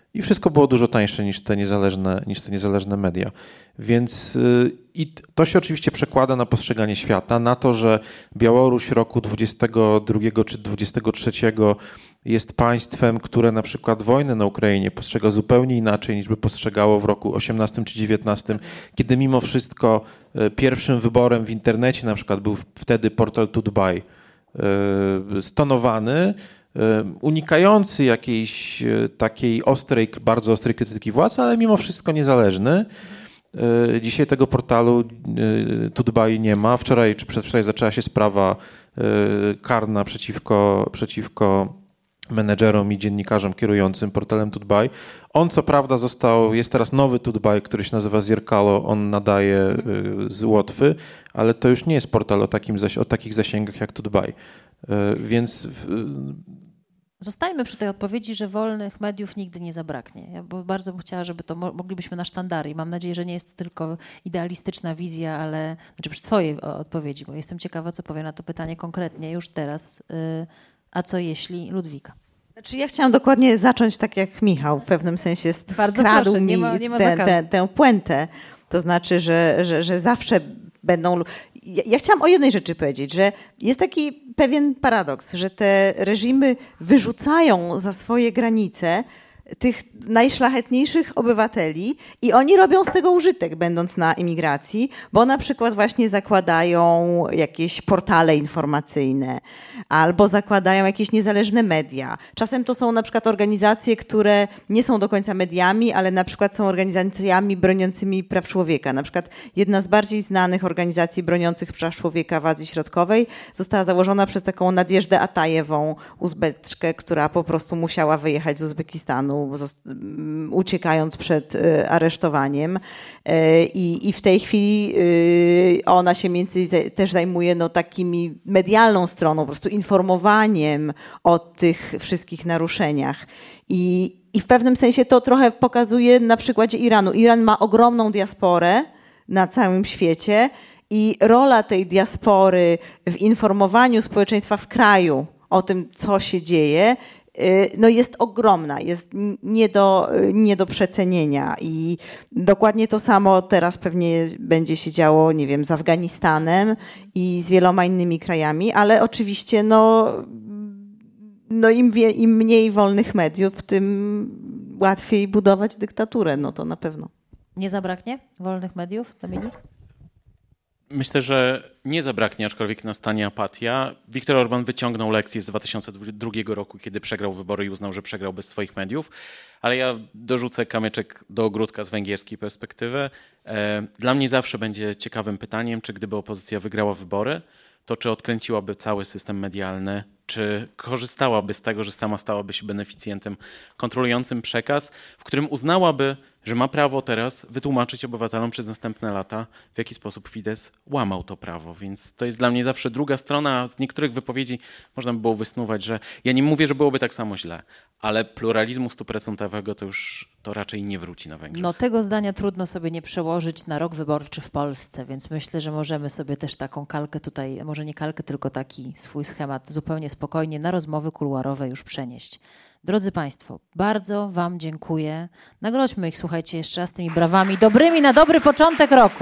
i wszystko było dużo tańsze niż te niezależne media. Więc i to się oczywiście przekłada na postrzeganie świata, na to, że Białoruś roku 22 czy 23 jest państwem, które na przykład wojnę na Ukrainie postrzega zupełnie inaczej niż by postrzegało w roku 18 czy 19, kiedy mimo wszystko pierwszym wyborem w internecie na przykład był wtedy portal Tutbaj, stonowany, unikający jakiejś takiej bardzo ostrej krytyki władz, ale mimo wszystko niezależny. Dzisiaj tego portalu Tutbaj nie ma. Wczoraj czy przedwczoraj zaczęła się sprawa karna przeciwko menedżerom i dziennikarzom kierującym portalem Tutbaj. On co prawda jest teraz nowy Tutbaj, który się nazywa Zierkalo, on nadaje z Łotwy, ale to już nie jest portal o takich zasięgach jak Tutbaj. Więc Zostańmy przy tej odpowiedzi, że wolnych mediów nigdy nie zabraknie. Ja bardzo bym chciała, żeby to moglibyśmy na sztandary. I mam nadzieję, że nie jest to tylko idealistyczna wizja, ale przy twojej odpowiedzi, bo jestem ciekawa, co powie na to pytanie konkretnie już teraz. A co jeśli Ludwika? Znaczy ja chciałam dokładnie zacząć tak jak Michał, w pewnym sensie skradł mi tę puentę. To znaczy, że zawsze będą... Ja chciałam o jednej rzeczy powiedzieć, że jest taki pewien paradoks, że te reżimy wyrzucają za swoje granice tych najszlachetniejszych obywateli i oni robią z tego użytek, będąc na emigracji, bo na przykład właśnie zakładają jakieś portale informacyjne albo zakładają jakieś niezależne media. Czasem to są na przykład organizacje, które nie są do końca mediami, ale na przykład są organizacjami broniącymi praw człowieka. Na przykład jedna z bardziej znanych organizacji broniących praw człowieka w Azji Środkowej została założona przez taką Nadjeżdę Atajewą, Uzbeczkę, która po prostu musiała wyjechać z Uzbekistanu, uciekając przed aresztowaniem. I w tej chwili ona się między innymi też zajmuje takimi medialną stroną, po prostu informowaniem o tych wszystkich naruszeniach. I w pewnym sensie to trochę pokazuje na przykładzie Iranu. Iran ma ogromną diasporę na całym świecie i rola tej diaspory w informowaniu społeczeństwa w kraju o tym, co się dzieje, jest ogromna, jest nie do przecenienia i dokładnie to samo teraz pewnie będzie się działo, nie wiem, z Afganistanem i z wieloma innymi krajami, ale oczywiście im mniej wolnych mediów, tym łatwiej budować dyktaturę, to na pewno. Nie zabraknie wolnych mediów, Dominik? Myślę, że nie zabraknie, aczkolwiek nastanie apatia. Viktor Orbán wyciągnął lekcję z 2002 roku, kiedy przegrał wybory i uznał, że przegrał bez swoich mediów. Ale ja dorzucę kamyczek do ogródka z węgierskiej perspektywy. Dla mnie zawsze będzie ciekawym pytaniem, czy gdyby opozycja wygrała wybory, to czy odkręciłaby cały system medialny, czy korzystałaby z tego, że sama stałaby się beneficjentem kontrolującym przekaz, w którym uznałaby, że ma prawo teraz wytłumaczyć obywatelom przez następne lata, w jaki sposób Fidesz łamał to prawo. Więc to jest dla mnie zawsze druga strona. Z niektórych wypowiedzi można by było wysnuwać, że ja nie mówię, że byłoby tak samo źle, ale pluralizmu 100% to raczej nie wróci na Węgrzech. Tego zdania trudno sobie nie przełożyć na rok wyborczy w Polsce, więc myślę, że możemy sobie też taką kalkę tutaj, może nie kalkę, tylko taki swój schemat zupełnie spokojnie na rozmowy kuluarowe już przenieść. Drodzy Państwo, bardzo Wam dziękuję. Nagrodźmy ich, słuchajcie, jeszcze raz tymi brawami dobrymi na dobry początek roku.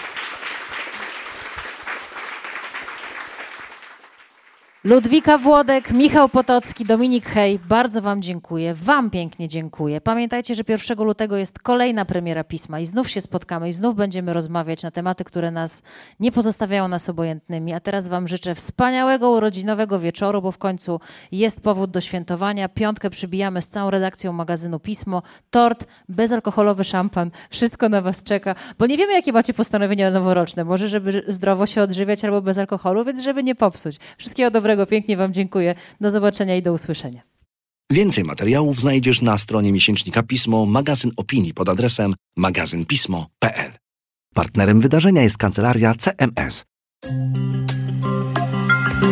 Ludwika Włodek, Michał Potocki, Dominik Hej, bardzo Wam dziękuję. Wam pięknie dziękuję. Pamiętajcie, że 1 lutego jest kolejna premiera Pisma i znów się spotkamy i znów będziemy rozmawiać na tematy, które nie pozostawiają nas obojętnymi. A teraz Wam życzę wspaniałego urodzinowego wieczoru, bo w końcu jest powód do świętowania. Piątkę przybijamy z całą redakcją magazynu Pismo. Tort, bezalkoholowy szampan, wszystko na Was czeka, bo nie wiemy, jakie macie postanowienia noworoczne. Może, żeby zdrowo się odżywiać albo bez alkoholu, więc żeby nie popsuć. Wszystkiego dobrego. Pięknie Wam dziękuję. Do zobaczenia i do usłyszenia. Więcej materiałów znajdziesz na stronie miesięcznika Pismo, magazyn opinii pod adresem magazynpismo.pl. Partnerem wydarzenia jest kancelaria CMS.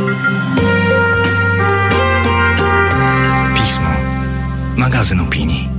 Pismo. Magazyn opinii.